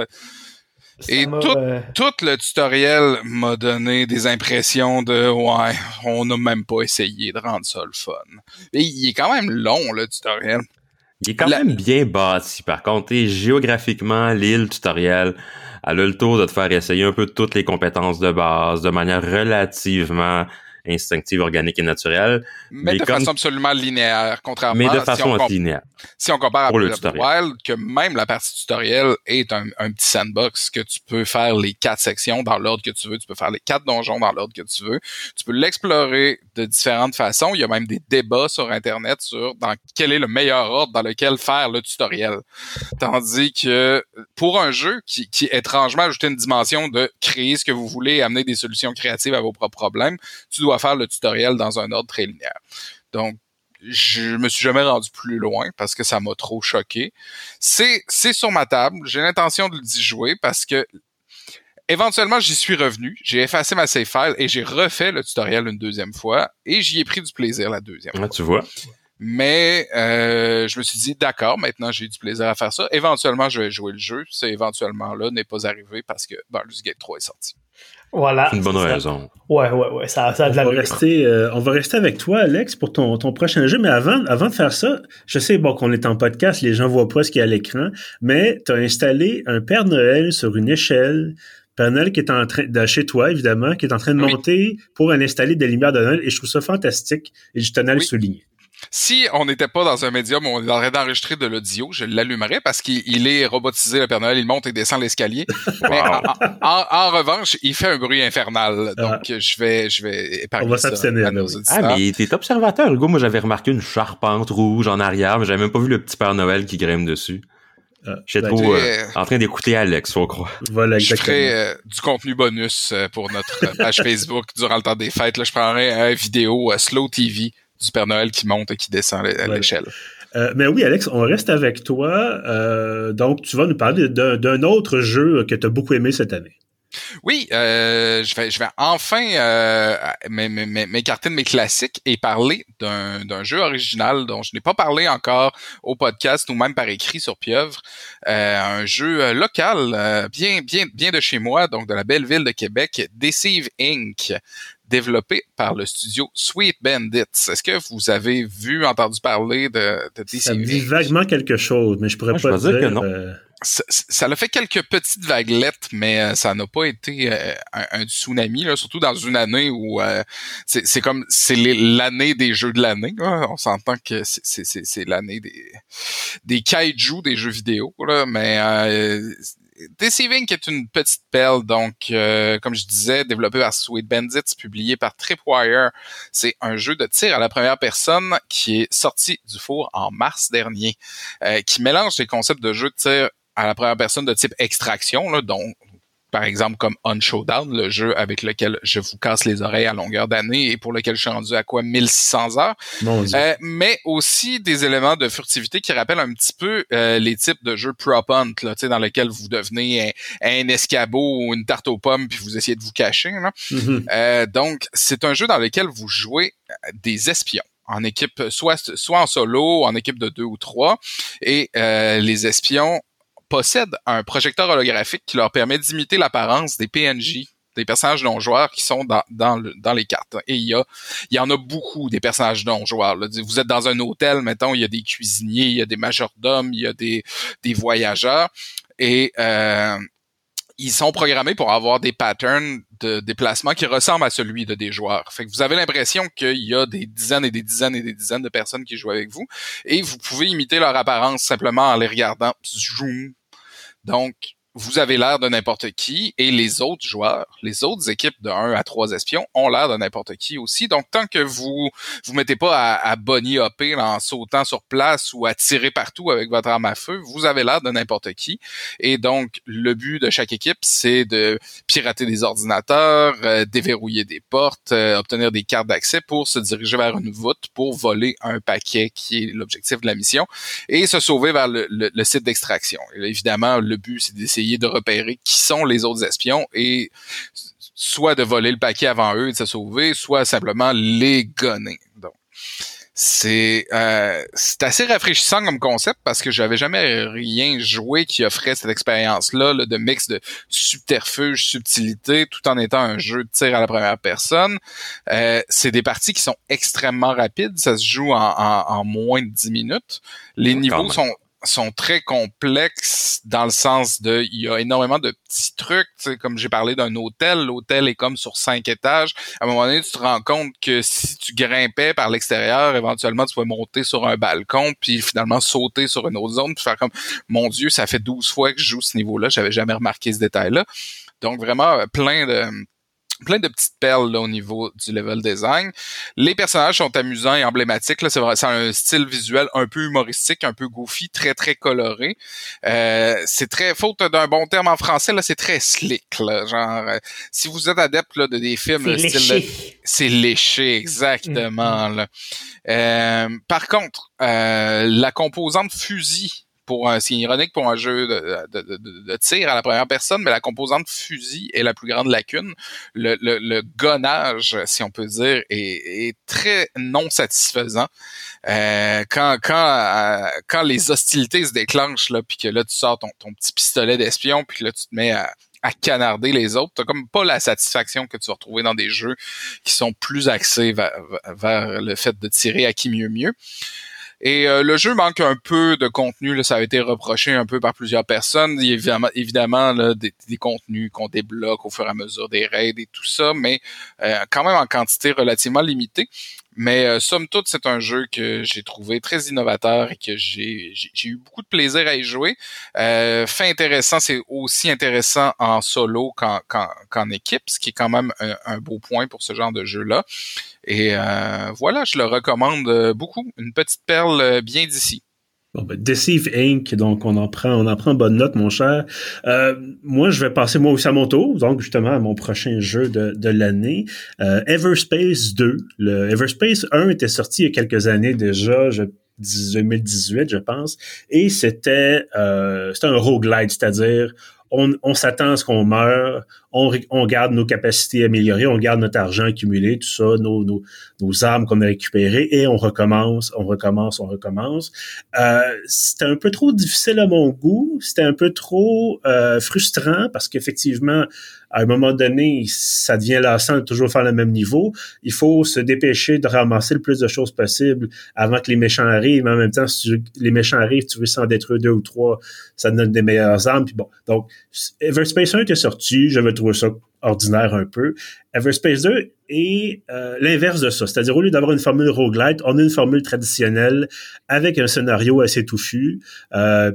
Ça Et m'a, tout- euh, tout le tutoriel m'a donné des impressions de ouais, on n'a même pas essayé de rendre ça le fun. Et il est quand même long, le tutoriel. Il est quand La- même bien bâti, par contre. Et géographiquement, l'île tutoriel, elle a le tour de te faire essayer un peu de toutes les compétences de base, de manière relativement instinctive, organique et naturelle, Mais, Mais de comme- façon absolument linéaire, contrairement mais de à façon si on, com- linéaire. si on compare à pour le Breath of the tutoriel. Wild, que même la partie tutoriel est un, un petit sandbox que tu peux faire les quatre sections dans l'ordre que tu veux, tu peux faire les quatre donjons dans l'ordre que tu veux, tu peux l'explorer de différentes façons, il y a même des débats sur Internet sur dans quel est le meilleur ordre dans lequel faire le tutoriel. Tandis que pour un jeu qui, qui étrangement ajouté une dimension de créer ce que vous voulez, amener des solutions créatives à vos propres problèmes, tu dois faire le tutoriel dans un ordre très linéaire. Donc, je me suis jamais rendu plus loin parce que ça m'a trop choqué. C'est, c'est sur ma table. J'ai l'intention de d'y jouer parce que éventuellement, j'y suis revenu. J'ai effacé ma save file et j'ai refait le tutoriel une deuxième fois et j'y ai pris du plaisir la deuxième Ouais, fois. tu vois. Mais euh, je me suis dit, d'accord, maintenant j'ai eu du plaisir à faire ça. Éventuellement, je vais jouer le jeu. Ce éventuellement-là n'est pas arrivé parce que Baldur's Gate trois est sorti. voilà. C'est une bonne ça. raison. Ouais, ouais, ouais, ça, ça a On de la va, rester, euh, on va rester avec toi, Alex, pour ton, ton prochain jeu. Mais avant, avant de faire ça, je sais bon qu'on est en podcast, les gens voient pas ce qu'il y a à l'écran, mais tu as installé un Père Noël sur une échelle. Père Noël qui est en train de chez toi, évidemment, qui est en train de Oui. monter pour en installer des lumières de Noël. Et je trouve ça fantastique. Et je tenais à le Oui. souligner. Si on n'était pas dans un médium où on est en train d'enregistrer de l'audio, je l'allumerais parce qu'il il est robotisé, le Père Noël, il monte et descend l'escalier. Mais en, en, en revanche, il fait un bruit infernal. Donc, je vais, je vais épargner On va ça s'abstenir, à nos oui. auditeurs. Ah, mais t'es observateur, Hugo. Moi, j'avais remarqué une charpente rouge en arrière, mais j'avais même pas vu le petit Père Noël qui grimpe dessus. Ah, J'étais ben, trop tu euh, sais, en train d'écouter Alex, faut croire. Voilà, Je exactement. ferai euh, du contenu bonus euh, pour notre page Facebook durant le temps des fêtes. Là, je prendrai une vidéo euh, Slow T V du Père Noël qui monte et qui descend à Voilà. l'échelle. Euh, mais oui, Alex, on reste avec toi. Euh, donc, tu vas nous parler d'un, d'un autre jeu que tu as beaucoup aimé cette année. Oui, euh, je vais je vais enfin euh, m'écarter de mes classiques et parler d'un d'un jeu original dont je n'ai pas parlé encore au podcast ou même par écrit sur Pieuvre. Euh, un jeu local, euh, bien bien bien de chez moi, donc de la belle ville de Québec, Deceive Incorporated, développé par le studio Sweet Bandits. Est-ce que vous avez vu, entendu parler de, de Deceive Ça me dit Incorporated? vaguement quelque chose, mais je pourrais Moi, je pas peux te dire que dire. non. euh, Ça, ça l'a fait quelques petites vaguelettes, mais euh, ça n'a pas été euh, un, un tsunami, là, surtout dans une année où euh, c'est, c'est comme c'est les, l'année des jeux de l'année. Là. On s'entend que c'est, c'est, c'est, c'est l'année des des kaiju des jeux vidéo, là, mais euh, Deceiving est une petite perle, donc euh, comme je disais, développé par Sweet Bandits, publié par Tripwire. C'est un jeu de tir à la première personne qui est sorti du four en mars dernier, euh, qui mélange les concepts de jeu de tir à la première personne de type extraction, là, dont par exemple comme On Showdown, le jeu avec lequel je vous casse les oreilles à longueur d'année et pour lequel je suis rendu à quoi mille six cents heures, Mon Dieu. euh, mais aussi des éléments de furtivité qui rappellent un petit peu euh, les types de jeux prop hunt, là, dans lesquels vous devenez un, un escabeau ou une tarte aux pommes puis vous essayez de vous cacher. Là. Mm-hmm. Euh, donc, c'est un jeu dans lequel vous jouez des espions en équipe, soit soit en solo, en équipe de deux ou trois, et euh, les espions possèdent un projecteur holographique qui leur permet d'imiter l'apparence des P N J, des personnages non-joueurs qui sont dans, dans, le, dans les cartes. Et il y a, il y en a beaucoup des personnages non-joueurs. Là. Vous êtes dans un hôtel, mettons, il y a des cuisiniers, il y a des majordomes, il y a des, des voyageurs. Et euh, ils sont programmés pour avoir des patterns de déplacement qui ressemblent à celui de des joueurs. Fait que vous avez l'impression qu'il y a des dizaines et des dizaines et des dizaines de personnes qui jouent avec vous et vous pouvez imiter leur apparence simplement en les regardant. Zoom. Donc, vous avez l'air de n'importe qui et les autres joueurs, les autres équipes de un à trois espions ont l'air de n'importe qui aussi. Donc, tant que vous vous mettez pas à, à bunny hopper là, en sautant sur place ou à tirer partout avec votre arme à feu, vous avez l'air de n'importe qui. Et donc, le but de chaque équipe, c'est de pirater des ordinateurs, euh, déverrouiller des portes, euh, obtenir des cartes d'accès pour se diriger vers une voûte pour voler un paquet qui est l'objectif de la mission et se sauver vers le, le, le site d'extraction. Et là, évidemment, le but, c'est d'essayer de repérer qui sont les autres espions et soit de voler le paquet avant eux et de se sauver, soit simplement les gonner. Donc, c'est euh, c'est assez rafraîchissant comme concept parce que j'avais jamais rien joué qui offrait cette expérience-là là, de mix de subterfuge, subtilité, tout en étant un jeu de tir à la première personne. Euh, c'est des parties qui sont extrêmement rapides, ça se joue en, en, en moins de dix minutes. Les Quand niveaux même. sont sont très complexes dans le sens de il y a énormément de petits trucs, tu sais, comme j'ai parlé d'un hôtel, l'hôtel est comme sur cinq étages. À un moment donné, tu te rends compte que si tu grimpais par l'extérieur, éventuellement tu vas monter sur un balcon puis finalement sauter sur une autre zone puis faire comme mon Dieu, ça fait douze fois que je joue ce niveau-là, j'avais jamais remarqué ce détail-là. Donc vraiment plein de plein de petites perles là, au niveau du level design. Les personnages sont amusants et emblématiques. Là, c'est vrai, c'est un style visuel un peu humoristique, un peu goofy, très très coloré. Euh, c'est très, faute d'un bon terme en français, là, c'est très slick. Là, genre, euh, si vous êtes adepte là, de des films, C'est le léché. style, de, c'est léché, exactement. Mm-hmm. Là. Euh, par contre, euh, la composante fusil. Pour un, c'est ironique pour un jeu de, de, de, de tir à la première personne, mais la composante fusil est la plus grande lacune. Le, le, le gonnage, si on peut dire, est, est très non satisfaisant. Euh, quand quand euh, quand les hostilités se déclenchent là, puis que là tu sors ton, ton petit pistolet d'espion, puis là tu te mets à à canarder les autres, t'as comme pas la satisfaction que tu vas retrouver dans des jeux qui sont plus axés vers, vers le fait de tirer à qui mieux mieux. Et euh, le jeu manque un peu de contenu, là, ça a été reproché un peu par plusieurs personnes. Il y a évidemment, évidemment là, des, des contenus qu'on débloque au fur et à mesure des raids et tout ça, mais euh, quand même en quantité relativement limitée. Mais euh, somme toute, c'est un jeu que j'ai trouvé très innovateur et que j'ai, j'ai, j'ai eu beaucoup de plaisir à y jouer. Euh, fait intéressant, c'est aussi intéressant en solo qu'en, qu'en, qu'en équipe, ce qui est quand même un, un beau point pour ce genre de jeu-là. Et euh, voilà, je le recommande beaucoup. Une petite perle bien d'ici. Bon, ben, Deceive Incorporated, donc on en prend, on en prend bonne note, mon cher. Euh, moi, je vais passer moi aussi à mon tour, donc justement à mon prochain jeu de, de l'année, euh, Everspace deux. Le Everspace un était sorti il y a quelques années déjà, je, deux mille dix-huit, je pense, et c'était, euh, c'était un roguelite, c'est-à-dire on, on s'attend à ce qu'on meure, on, on garde nos capacités améliorées, on garde notre argent accumulé, tout ça, nos, nos, nos armes qu'on a récupérées, et on recommence, on recommence, on recommence. Euh, c'était un peu trop difficile à mon goût, c'était un peu trop euh, frustrant, parce qu'effectivement, à un moment donné, ça devient lassant de toujours faire le même niveau. Il faut se dépêcher de ramasser le plus de choses possible avant que les méchants arrivent, mais en même temps, si tu, les méchants arrivent, tu veux s'en détruire deux ou trois, ça te donne des meilleures armes, puis bon. Donc, Everspace un était sorti, j'avais trouvé ça ordinaire un peu. Everspace deux est euh, l'inverse de ça. C'est-à-dire, au lieu d'avoir une formule roguelite, on a une formule traditionnelle avec un scénario assez touffu. Euh,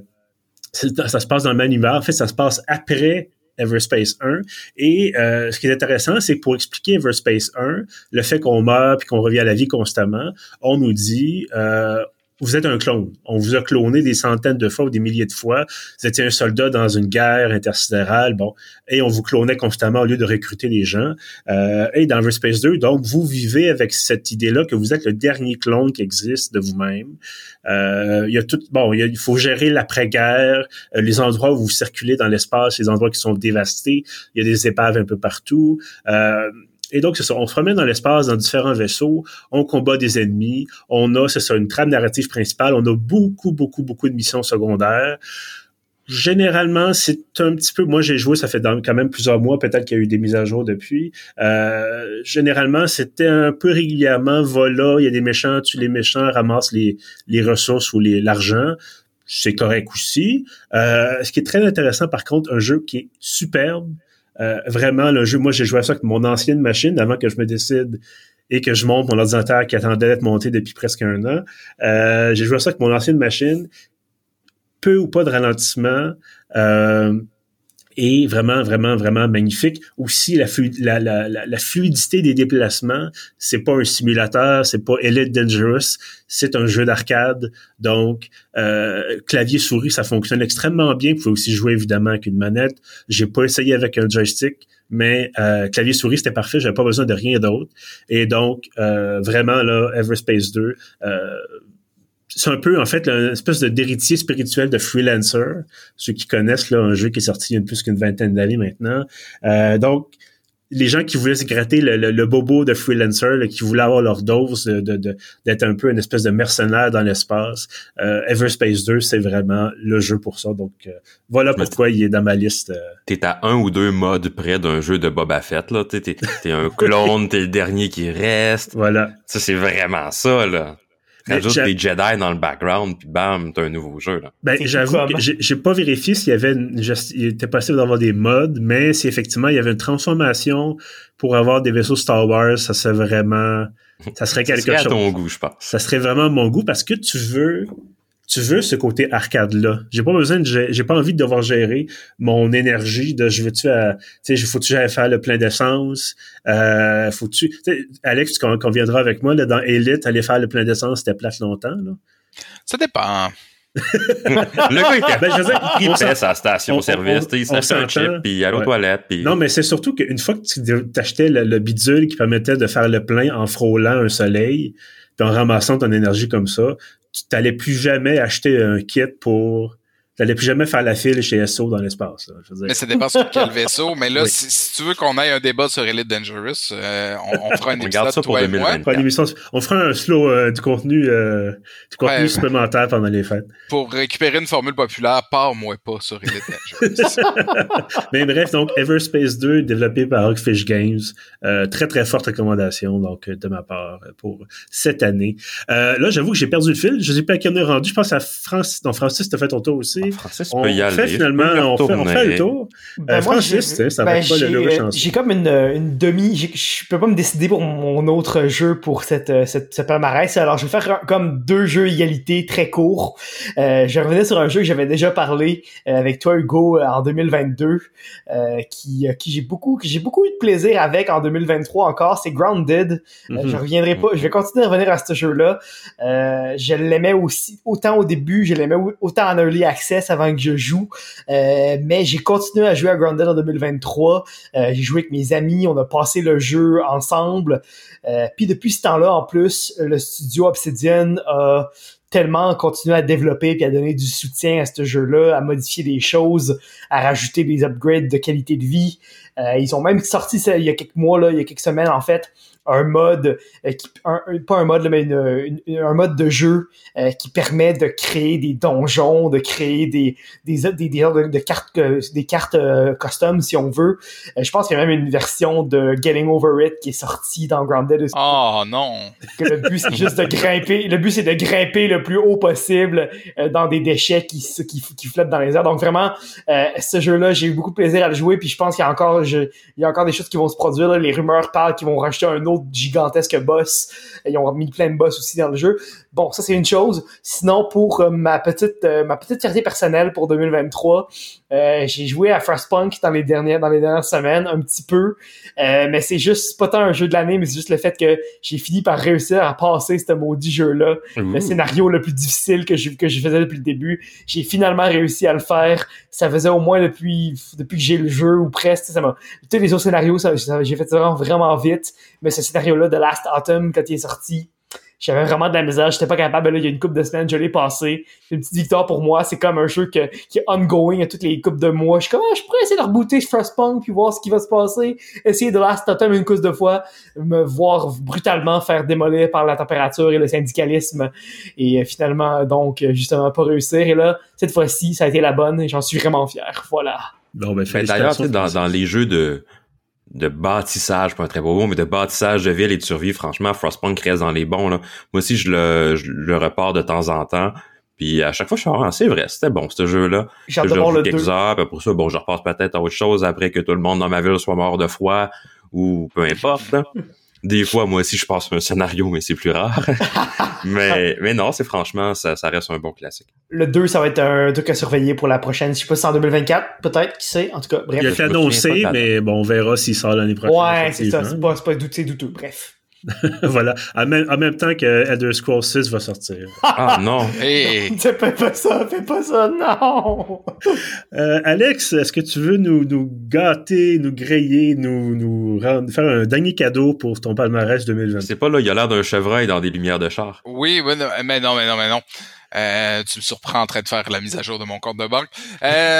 ça se passe dans le même univers. En fait, ça se passe après Everspace un. Et euh, ce qui est intéressant, c'est que pour expliquer Everspace un, le fait qu'on meurt puis qu'on revient à la vie constamment, on nous dit... Euh, vous êtes un clone. On vous a cloné des centaines de fois ou des milliers de fois. Vous étiez un soldat dans une guerre intersidérale, bon, et on vous clonait constamment au lieu de recruter des gens. Euh, et dans Everspace deux, donc, vous vivez avec cette idée-là que vous êtes le dernier clone qui existe de vous-même. Euh, il y a tout, bon, il, y a, il faut gérer l'après-guerre, euh, les endroits où vous circulez dans l'espace, les endroits qui sont dévastés. Il y a des épaves un peu partout. Euh, Et donc, c'est ça, on se promène dans l'espace, dans différents vaisseaux, on combat des ennemis, on a, c'est ça, une trame narrative principale, on a beaucoup, beaucoup, beaucoup de missions secondaires. Généralement, c'est un petit peu... Moi, j'ai joué, ça fait quand même plusieurs mois, peut-être qu'il y a eu des mises à jour depuis. Euh, généralement, c'était un peu régulièrement, voilà, il y a des méchants, tue les méchants, ramasse les, les ressources ou les, l'argent. C'est correct aussi. Euh, ce qui est très intéressant, par contre, un jeu qui est superbe, Euh, vraiment, le jeu, moi, j'ai joué à ça avec mon ancienne machine avant que je me décide et que je monte mon ordinateur qui attendait d'être monté depuis presque un an. Euh, j'ai joué à ça avec mon ancienne machine. Peu ou pas de ralentissement. Euh, et vraiment, vraiment, vraiment magnifique. Aussi, la, flu- la, la, la, la fluidité des déplacements, c'est pas un simulateur, c'est pas Elite Dangerous, c'est un jeu d'arcade. Donc, euh, clavier-souris, ça fonctionne extrêmement bien. Vous pouvez aussi jouer, évidemment, avec une manette. J'ai pas essayé avec un joystick, mais euh, clavier-souris, c'était parfait. J'avais pas besoin de rien d'autre. Et donc, euh, vraiment, là, Everspace deux... Euh, c'est un peu, en fait, une espèce de d'héritier spirituel de Freelancer. Ceux qui connaissent, là, un jeu qui est sorti il y a plus qu'une vingtaine d'années maintenant. Euh, donc, les gens qui voulaient se gratter le, le, le bobo de Freelancer, là, qui voulaient avoir leur dose de, de, de, d'être un peu une espèce de mercenaire dans l'espace, euh, Everspace deux, c'est vraiment le jeu pour ça. Donc, euh, voilà pourquoi il est dans ma liste. Euh. T'es à un ou deux modes près d'un jeu de Boba Fett, là. T'es, t'es, t'es un clone, t'es le dernier qui reste. Voilà. Ça, c'est vraiment ça, là. Rajoute des Jedi dans le background, puis bam, t'as un nouveau jeu, là. Ben, c'est j'avoue que j'ai, j'ai pas vérifié s'il y avait une, il était possible d'avoir des mods, mais si effectivement il y avait une transformation pour avoir des vaisseaux Star Wars, ça serait vraiment, ça serait quelque ça serait chose. À ton goût, je pense. Ça serait vraiment mon goût parce que tu veux, tu veux ce côté arcade-là. J'ai pas besoin de, j'ai pas envie de devoir gérer mon énergie de, je veux-tu, tu sais, faut-tu j'aille faire le plein d'essence, euh, faut-tu, tu sais, Alex, tu conviendras avec moi, là, dans Elite, aller faire le plein d'essence, c'était plate longtemps, là. Ça dépend. Le gars, il, ben, je veux dire, il paie sa station-service, il s'achète un chip, puis il allait aux ouais. toilettes. Puis... Non, mais c'est surtout qu'une fois que tu t'achetais le, le bidule qui permettait de faire le plein en frôlant un soleil, puis en ramassant ton énergie comme ça, tu t'allais plus jamais acheter un kit pour... T'allais plus jamais faire la file chez S O dans l'espace. Là, je veux dire. Mais ça dépend sur quel vaisseau. Mais là, oui. si, si tu veux qu'on ait un débat sur Elite Dangerous, euh, on, on fera un épisode ça toi et moi. On fera, émission, on fera un slow euh, du contenu, euh, du contenu ouais, supplémentaire pendant les fêtes. Pour récupérer une formule populaire, pars-moi pas sur Elite Dangerous. Mais bref, donc Everspace deux, développé par Rockfish Games. Euh, très, très forte recommandation donc de ma part pour cette année. Euh, là, j'avoue que j'ai perdu le fil. Je sais pas à qui on est rendu. Je pense à Francis. Non, Francis, t'as fait ton tour aussi. dit. Francis on peut y aller. fait finalement, on fait, on fait le tour. Ben euh, moi, Francis, j'ai, ça ben va être pas j'ai, le heureux chanceux. j'ai comme une, une demi, j'ai, je peux pas me décider pour mon autre jeu pour cette, cette, ce palmarès. Alors, je vais faire comme deux jeux égalité très courts. Euh, je revenais sur un jeu que j'avais déjà parlé euh, avec toi, Hugo, en deux mille vingt-deux, euh, qui, qui j'ai beaucoup, que j'ai beaucoup eu de plaisir avec en deux mille vingt-trois encore. C'est Grounded. Euh, Mm-hmm. Je reviendrai pas, je vais continuer à revenir à ce jeu-là. Euh, je l'aimais aussi autant au début, je l'aimais autant en early access avant que je joue. Euh, mais j'ai continué à jouer à Grounded en deux mille vingt-trois. Euh, j'ai joué avec mes amis, on a passé le jeu ensemble. Euh, puis depuis ce temps-là, en plus, le studio Obsidian a tellement continué à développer puis à donner du soutien à ce jeu-là, à modifier des choses, à rajouter des upgrades de qualité de vie. Euh, ils ont même sorti ça il y a quelques mois, là, il y a quelques semaines en fait, un mode, euh, qui, un, pas un mode, là, mais une, une, un mode de jeu euh, qui permet de créer des donjons, de créer des des des, des, de, de cartes, euh, des cartes euh, custom si on veut. Euh, je pense qu'il y a même une version de Getting Over It qui est sortie dans Grounded. Oh non! Que le but c'est juste de grimper, le but c'est de grimper le plus haut possible euh, dans des déchets qui qui qui flottent dans les airs. Donc vraiment, euh, ce jeu-là, j'ai eu beaucoup de plaisir à le jouer. Puis je pense qu'il y a encore, je, il y a encore des choses qui vont se produire. Là. Les rumeurs parlent qu'ils vont rajouter un autre gigantesque boss. Ils ont mis plein de boss aussi dans le jeu. Bon, ça c'est une chose. Sinon, pour euh, ma petite euh, ma petite fierté personnelle pour deux mille vingt-trois, euh, j'ai joué à Frostpunk dans les dernières dans les dernières semaines un petit peu, euh, mais c'est juste pas tant un jeu de l'année, mais c'est juste le fait que j'ai fini par réussir à passer ce maudit jeu-là. Ouh. Le scénario le plus difficile que je que je faisais depuis le début, j'ai finalement réussi à le faire. Ça faisait au moins depuis depuis que j'ai le jeu ou presque. Ça m'a tous les autres scénarios, ça, ça, j'ai fait ça vraiment, vraiment vite, mais ce scénario-là de Last Autumn quand il est sorti, j'avais vraiment de la misère, j'étais pas capable. Là, il y a une couple de semaines, je l'ai passé. C'est une petite victoire pour moi. C'est comme un jeu que, qui est ongoing à toutes les coupes de mois. Je suis comme, ah, je pourrais essayer de rebooter Frostpunk puis voir ce qui va se passer. Essayer de Last Autumn une couple de fois. Me voir brutalement faire démolir par la température et le syndicalisme. Et euh, finalement, donc, justement, pas réussir. Et là, cette fois-ci, ça a été la bonne et j'en suis vraiment fier. Voilà. Bon, ben, ben d'ailleurs, tu sais, dans, dans les jeux de... de bâtissage, pas un très beau mot, mais de bâtissage de ville et de survie, franchement, Frostpunk reste dans les bons, là. Moi aussi, je le, je le repars de temps en temps. Puis à chaque fois, je suis ah, c'est vrai, c'était bon, ce jeu-là. J'ai hâte de voir le deux. Quelques heures, puis pour ça, bon, je repasse peut-être à autre chose après que tout le monde dans ma ville soit mort de froid, ou peu importe, là. Des fois, moi aussi, je passe un scénario, mais c'est plus rare. mais, mais non, c'est franchement, ça, ça reste un bon classique. Le deux, ça va être un truc à surveiller pour la prochaine. Je sais pas si c'est en deux mille vingt-quatre, peut-être, qui sait. En tout cas, bref. Il a été annoncé, mais bon, on verra s'il sort l'année prochaine. Ouais, c'est ça. C'est pas, c'est pas douteux, douteux. Bref. Voilà. En même, en même temps que Elder Scrolls six va sortir. Ah non! Hey. Fais pas ça, fais pas ça, non! Euh, Alex, est-ce que tu veux nous, nous gâter, nous griller, nous, nous rendre, faire un dernier cadeau pour ton palmarès deux mille vingt? C'est pas là, il a l'air d'un chevreuil dans des lumières de char. Oui, oui, non, mais non, mais non, mais non. Euh, tu me surprends en train de faire la mise à jour de mon compte de banque. Euh...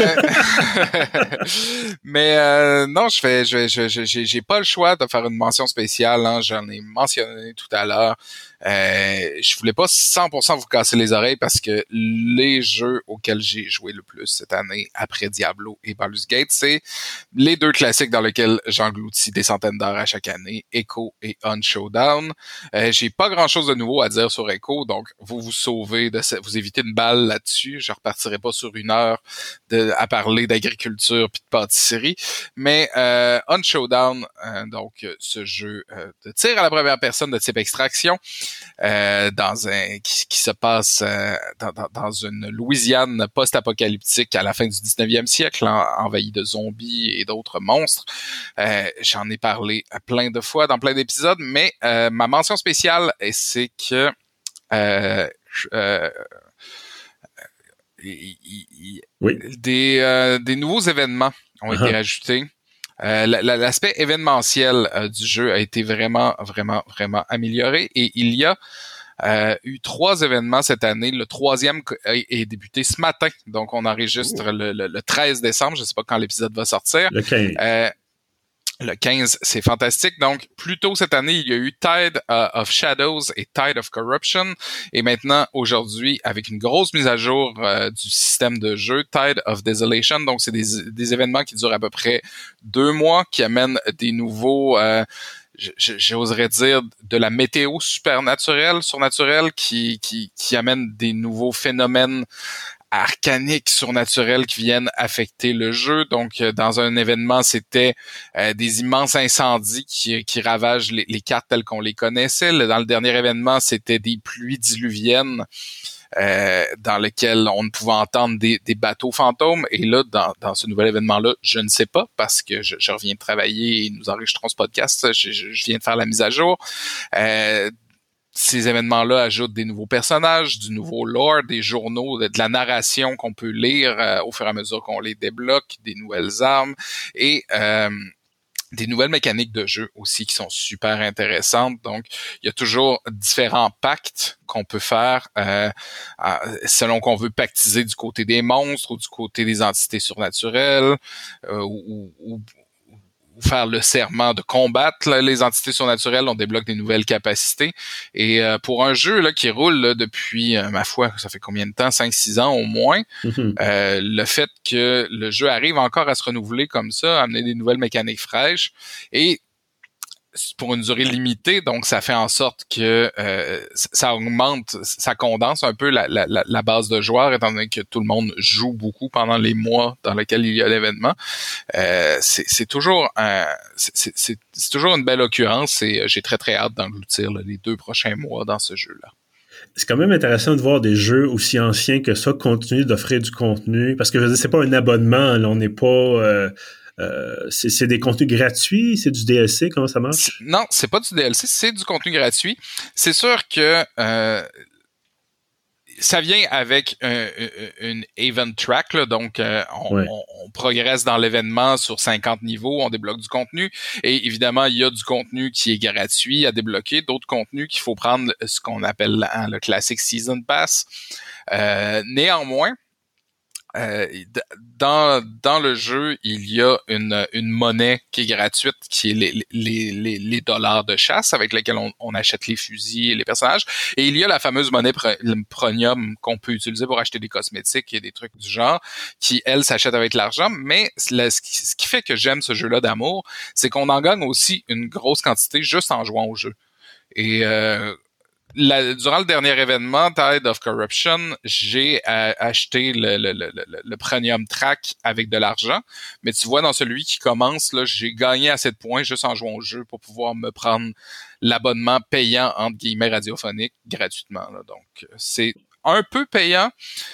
mais euh, non, je fais, je, je, je, j'ai, j'ai pas le choix de faire une mention spéciale. Hein, j'en ai mentionné tout à l'heure. Euh, je voulais pas cent pour cent vous casser les oreilles parce que les jeux auxquels j'ai joué le plus cette année après Diablo et Baldur's Gate, c'est les deux classiques dans lesquels j'engloutis des centaines d'heures à chaque année, Echo et On Showdown. Euh, j'ai pas grand chose de nouveau à dire sur Echo, donc vous vous sauvez de ce, vous évitez une balle là-dessus. Je repartirai pas sur une heure de, à parler d'agriculture puis de pâtisserie, mais euh, On Showdown, euh, donc ce jeu euh, de tir à la première personne de type extraction. Euh, dans un qui, qui se passe euh, dans, dans, dans une Louisiane post-apocalyptique à la fin du dix-neuvième siècle, en, envahie de zombies et d'autres monstres. Euh, j'en ai parlé plein de fois dans plein d'épisodes, mais euh, ma mention spéciale, c'est que euh, euh, y, y, y, oui. des, euh, des nouveaux événements ont uh-huh. été ajoutés. Euh, l'aspect événementiel euh, du jeu a été vraiment, vraiment, vraiment amélioré et il y a euh, eu trois événements cette année. Le troisième est, est débuté ce matin, donc on enregistre le, le, le treize décembre. Je ne sais pas quand l'épisode va sortir. Le quinze. Euh, Le quinze, c'est fantastique. Donc, plus tôt cette année, il y a eu Tide uh, of Shadows et Tide of Corruption. Et maintenant, aujourd'hui, avec une grosse mise à jour euh, du système de jeu, Tide of Desolation. Donc, c'est des, des événements qui durent à peu près deux mois, qui amènent des nouveaux... Euh, j'oserais dire de la météo supernaturelle, surnaturelle, qui, qui, qui amène des nouveaux phénomènes arcaniques, surnaturelles qui viennent affecter le jeu. Donc, euh, dans un événement, c'était euh, des immenses incendies qui, qui ravagent les, les cartes telles qu'on les connaissait. Dans le dernier événement, c'était des pluies diluviennes euh, dans lesquelles on ne pouvait entendre des, des bateaux fantômes. Et là, dans, dans ce nouvel événement-là, je ne sais pas parce que je, je reviens de travailler et nous enregistrons ce podcast. Je, je, je viens de faire la mise à jour. Euh, Ces événements-là ajoutent des nouveaux personnages, du nouveau lore, des journaux, de, de la narration qu'on peut lire euh, au fur et à mesure qu'on les débloque, des nouvelles armes et euh, des nouvelles mécaniques de jeu aussi qui sont super intéressantes. Donc, il y a toujours différents pactes qu'on peut faire euh, selon qu'on veut pactiser du côté des monstres ou du côté des entités surnaturelles euh, ou, ou ou faire le serment de combattre là, les entités surnaturelles, on débloque des nouvelles capacités. Et euh, pour un jeu là qui roule là, depuis, euh, ma foi, ça fait combien de temps? cinq six ans au moins. Mm-hmm. Euh, le fait que le jeu arrive encore à se renouveler comme ça, à amener des nouvelles mécaniques fraîches, et pour une durée limitée, donc ça fait en sorte que euh, ça augmente, ça condense un peu la, la, la base de joueurs, étant donné que tout le monde joue beaucoup pendant les mois dans lesquels il y a l'événement. Euh, c'est, c'est toujours un, c'est, c'est, c'est toujours une belle occurrence et j'ai très très hâte d'engloutir là, les deux prochains mois dans ce jeu-là. C'est quand même intéressant de voir des jeux aussi anciens que ça continuer d'offrir du contenu, parce que je veux dire, c'est pas un abonnement, là, on n'est pas... Euh... Euh, c'est, c'est des contenus gratuits, c'est du D L C, comment ça marche? C'est, non, c'est pas du D L C, c'est du contenu gratuit. C'est sûr que euh, ça vient avec un, une event track, là, donc euh, on, ouais. on, on progresse dans l'événement sur cinquante niveaux, on débloque du contenu, et évidemment, il y a du contenu qui est gratuit à débloquer, d'autres contenus qu'il faut prendre ce qu'on appelle hein, le Classic Season Pass. Euh, néanmoins, Euh, dans dans le jeu, il y a une une monnaie qui est gratuite, qui est les les les, les dollars de chasse avec lesquels on, on achète les fusils et les personnages. Et il y a la fameuse monnaie premium qu'on peut utiliser pour acheter des cosmétiques et des trucs du genre, qui elle s'achète avec l'argent. Mais le, ce, qui, ce qui fait que j'aime ce jeu-là d'amour, c'est qu'on en gagne aussi une grosse quantité juste en jouant au jeu. Et euh, La, durant le dernier événement, Tide of Corruption, j'ai euh, acheté le, le, le, le, le premium track avec de l'argent. Mais tu vois, dans celui qui commence, là, j'ai gagné assez de points juste en jouant au jeu pour pouvoir me prendre l'abonnement payant, entre guillemets, radiophonique, gratuitement. Là. Donc, c'est un peu payant.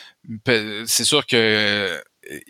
C'est sûr que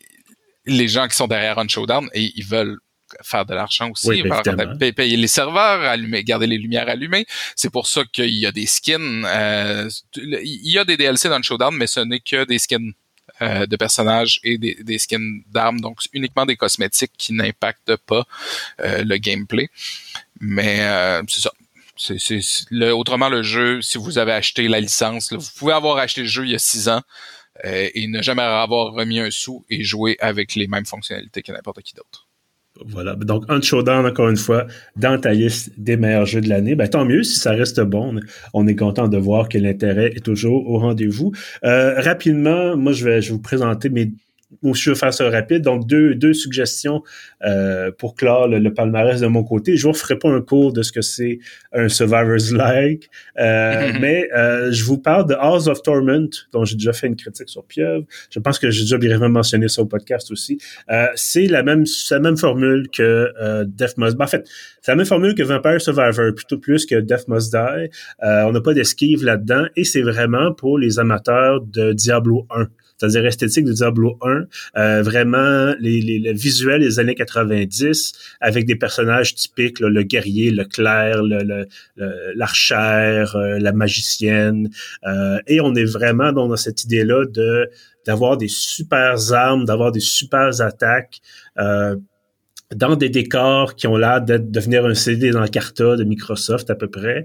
les gens qui sont derrière un showdown, et ils veulent faire de l'argent aussi, oui, ben, payer les serveurs, allumer, garder les lumières allumées. C'est pour ça qu'il y a des skins. Euh, il y a des D L C dans le Showdown, mais ce n'est que des skins euh, de personnages et des, des skins d'armes, donc uniquement des cosmétiques qui n'impactent pas euh, le gameplay. Mais euh, c'est ça. C'est, c'est, c'est le, autrement, le jeu, si vous avez acheté la licence, là, vous pouvez avoir acheté le jeu il y a six ans euh, et ne jamais avoir remis un sou et jouer avec les mêmes fonctionnalités que n'importe qui d'autre. Voilà. Donc, un showdown, encore une fois, dans ta liste des meilleurs jeux de l'année. Ben, tant mieux si ça reste bon. On est content de voir que l'intérêt est toujours au rendez-vous. Euh, rapidement, moi, je vais, je vais vous présenter mes aussi, je vais faire ça rapide. Donc, deux, deux suggestions euh, pour clore le, le palmarès de mon côté. Je ne vous ferai pas un cours de ce que c'est un Survivor's Like, euh, mm-hmm. mais euh, je vous parle de House of Torment, dont j'ai déjà fait une critique sur Pieuvre. Je pense que j'ai déjà brièvement mentionné ça au podcast aussi. Euh, c'est la même, c'est la même formule que euh, Death Must Die. En fait, c'est la même formule que Vampire Survivor, plutôt plus que Death Must Die. Euh, on n'a pas d'esquive là-dedans, et c'est vraiment pour les amateurs de Diablo un. C'est-à-dire esthétique de Diablo un, euh, vraiment les, les, le visuel des années quatre-vingt-dix, avec des personnages typiques, là, le guerrier, le clerc, le, le, le, l'archère, euh, la magicienne, euh, et on est vraiment dans cette idée-là de d'avoir des super armes, d'avoir des super attaques, euh, dans des décors qui ont l'air de devenir un C D dans le Carta de Microsoft à peu près.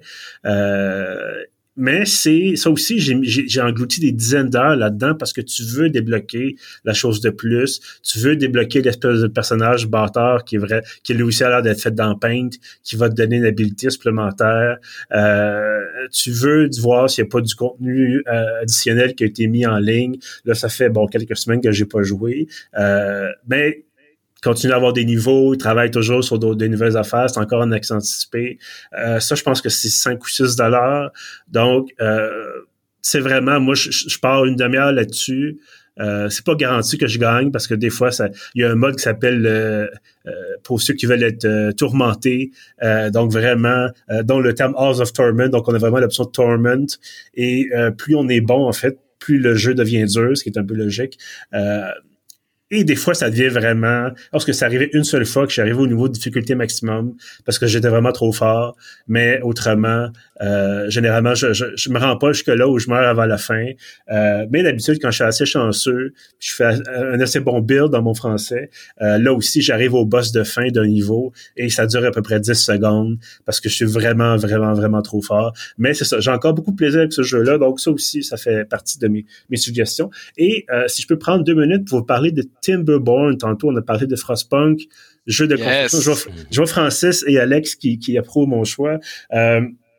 Euh, Mais c'est ça aussi, j'ai, j'ai, j'ai englouti des dizaines d'heures là-dedans parce que tu veux débloquer la chose de plus, tu veux débloquer l'espèce de personnage bâtard qui est vrai, qui lui aussi a l'air d'être fait dans Paint, qui va te donner une habilité supplémentaire. Euh, tu veux voir s'il n'y a pas du contenu euh, additionnel qui a été mis en ligne. Là, ça fait bon quelques semaines que j'ai pas joué, euh, mais continue à avoir des niveaux, il travaille toujours sur de, de nouvelles affaires, c'est encore un accès anticipé. Euh, ça, je pense que c'est cinq ou six dollars. Donc, euh, c'est vraiment, moi, je, je pars une demi-heure là-dessus. Euh, c'est pas garanti que je gagne parce que des fois, ça, il y a un mode qui s'appelle euh, euh, pour ceux qui veulent être euh, tourmentés. Euh, donc vraiment, euh, dont le terme House of Torment. Donc on a vraiment l'option Torment. Et euh, plus on est bon, en fait, plus le jeu devient dur, ce qui est un peu logique. Euh, Et des fois, ça devient vraiment... Lorsque ça arrivait une seule fois que je suis arrivé au niveau de difficulté maximum parce que j'étais vraiment trop fort. Mais autrement, euh, généralement, je, je, je me rends pas jusque-là où je meurs avant la fin. Euh, mais d'habitude, quand je suis assez chanceux, je fais un assez bon build dans mon français. Euh, là aussi, j'arrive au boss de fin d'un niveau et ça dure à peu près dix secondes parce que je suis vraiment, vraiment, vraiment trop fort. Mais c'est ça, j'ai encore beaucoup de plaisir avec ce jeu-là. Donc ça aussi, ça fait partie de mes, mes suggestions. Et euh, si je peux prendre deux minutes pour vous parler de Timberborn, tantôt on a parlé de Frostpunk, jeu de yes. construction. Je vois, je vois Francis et Alex qui, qui approuvent mon choix. Euh,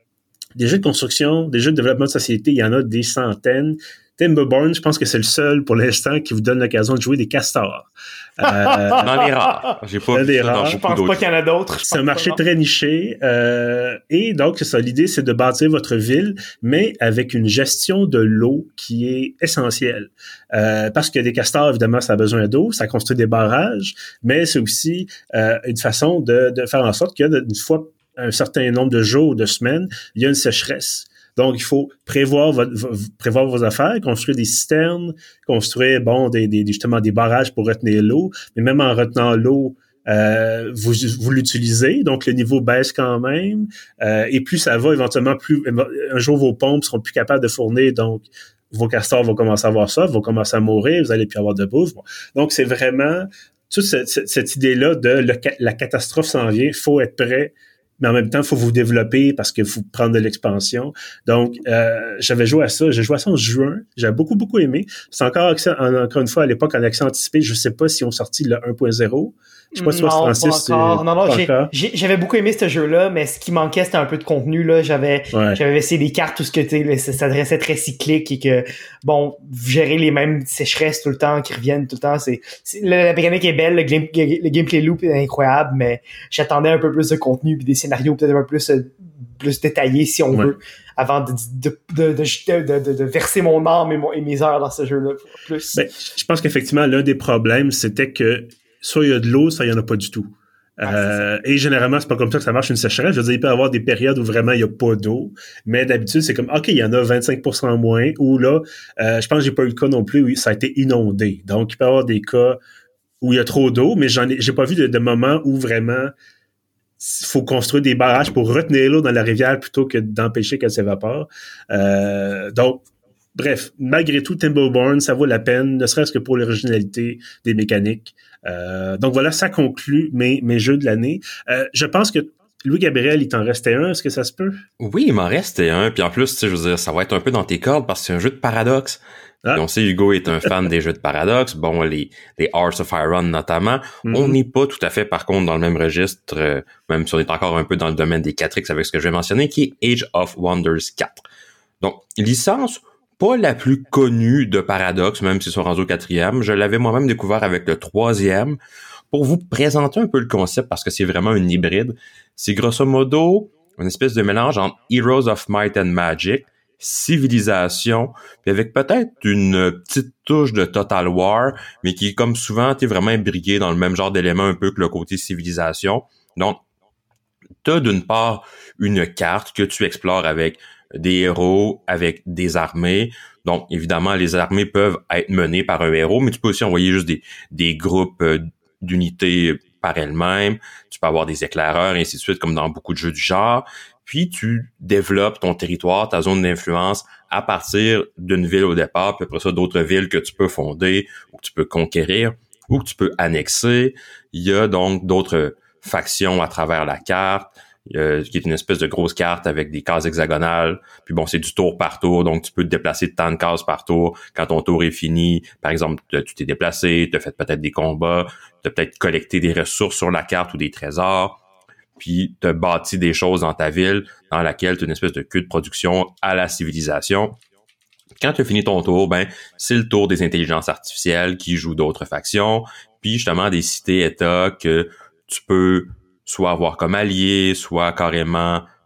des jeux de construction, des jeux de développement de société, il y en a des centaines. Timberborn, je pense que c'est le seul pour l'instant qui vous donne l'occasion de jouer des castors. Euh, dans les rares. J'ai pas vu ça dans Je pense d'autres. pas qu'il y en a d'autres. C'est un marché très niché. Euh, et donc, c'est ça. L'idée, c'est de bâtir votre ville, mais avec une gestion de l'eau qui est essentielle. Euh, parce que des castors, évidemment, ça a besoin d'eau, ça construit des barrages, mais c'est aussi euh, une façon de, de faire en sorte qu'il y a une fois un certain nombre de jours ou de semaines, il y a une sécheresse. Donc, il faut prévoir votre, prévoir vos affaires, construire des citernes, construire, bon, des, des, justement des barrages pour retenir l'eau. Mais même en retenant l'eau, euh, vous, vous l'utilisez. Donc, le niveau baisse quand même. Euh, et plus ça va, éventuellement, plus, un jour, vos pompes seront plus capables de fournir. Donc, vos castors vont commencer à avoir ça, vont commencer à mourir, vous allez plus avoir de bouffe. Bon. Donc, c'est vraiment toute cette, cette, cette idée-là de le, la catastrophe s'en vient, il faut être prêt. Mais en même temps, il faut vous développer parce qu'il faut prendre de l'expansion. Donc, euh, j'avais joué à ça. J'ai joué à ça en juin. J'avais beaucoup, beaucoup aimé. C'est encore, accès, encore une fois, à l'époque, en accès anticipé. Je ne sais pas si on sorti le un point zéro. Je sais pas si non, Francis... pas encore. Non, non, j'ai, encore. J'ai, j'avais beaucoup aimé ce jeu-là, mais ce qui manquait, c'était un peu de contenu, là. J'avais, ouais. j'avais essayé des cartes, tout ce que, tu sais, ça s'adressait très cyclique et que, bon, gérer les mêmes sécheresses tout le temps, qui reviennent tout le temps, c'est, c'est la, la mécanique est belle, le, game, le gameplay loop est incroyable, mais j'attendais un peu plus de contenu puis des scénarios peut-être un peu plus, plus détaillés, si on ouais. veut, avant de, de, de, de, de, de, de verser mon âme et, mon, et mes heures dans ce jeu-là. Plus. Ben, je pense qu'effectivement, l'un des problèmes, c'était que soit il y a de l'eau, soit il y en a pas du tout. Ah, euh, et généralement, c'est pas comme ça que ça marche une sécheresse. Je veux dire, il peut y avoir des périodes où vraiment il y a pas d'eau. Mais d'habitude, c'est comme, OK, il y en a vingt-cinq pour cent moins. Ou là, euh, je pense que j'ai pas eu le cas non plus où ça a été inondé. Donc, il peut y avoir des cas où il y a trop d'eau, mais j'en ai, j'ai pas vu de, de moment où vraiment il faut construire des barrages pour retenir l'eau dans la rivière plutôt que d'empêcher qu'elle s'évapore. Euh, donc, bref, malgré tout, Timberborn, ça vaut la peine, ne serait-ce que pour l'originalité des mécaniques. Euh, donc voilà, ça conclut mes, mes jeux de l'année. Euh, je pense que Louis-Gabriel, il t'en restait un, est-ce que ça se peut? Oui, il m'en restait un, puis en plus, tu sais, je veux dire, ça va être un peu dans tes cordes parce que c'est un jeu de paradoxe. Ah. On sait, Hugo est un fan des jeux de paradoxe, bon, les, les Hearts of Iron notamment. Mm-hmm. On n'est pas tout à fait, par contre, dans le même registre, euh, même si on est encore un peu dans le domaine des quatre X avec ce que je vais mentionner, qui est Age of Wonders quatre. Donc, licence pas la plus connue de Paradox, même s'ils sont rendus au quatrième. Je l'avais moi-même découvert avec le troisième. Pour vous présenter un peu le concept, parce que c'est vraiment une hybride, c'est grosso modo une espèce de mélange entre Heroes of Might and Magic, Civilisation, puis avec peut-être une petite touche de Total War, mais qui est comme souvent t'es vraiment imbriqué dans le même genre d'éléments un peu que le côté Civilisation. Donc, t'as d'une part une carte que tu explores avec des héros, avec des armées. Donc, évidemment, les armées peuvent être menées par un héros, mais tu peux aussi envoyer juste des, des groupes euh, d'unités par elles-mêmes. Tu peux avoir des éclaireurs, et ainsi de suite, comme dans beaucoup de jeux du genre. Puis, tu développes ton territoire, ta zone d'influence à partir d'une ville au départ, puis après ça, d'autres villes que tu peux fonder, ou que tu peux conquérir, ou que tu peux annexer. Il y a donc d'autres factions à travers la carte. Euh, qui est une espèce de grosse carte avec des cases hexagonales. Puis bon, c'est du tour par tour, donc tu peux te déplacer de tant de cases par tour. Quand ton tour est fini, par exemple, tu t'es déplacé, tu as fait peut-être des combats, tu as peut-être collecté des ressources sur la carte ou des trésors, puis tu as bâti des choses dans ta ville dans laquelle tu as une espèce de queue de production à la civilisation. Quand tu as fini ton tour, ben c'est le tour des intelligences artificielles qui jouent d'autres factions, puis justement des cités-états que tu peux soit avoir comme alliés, soit carrément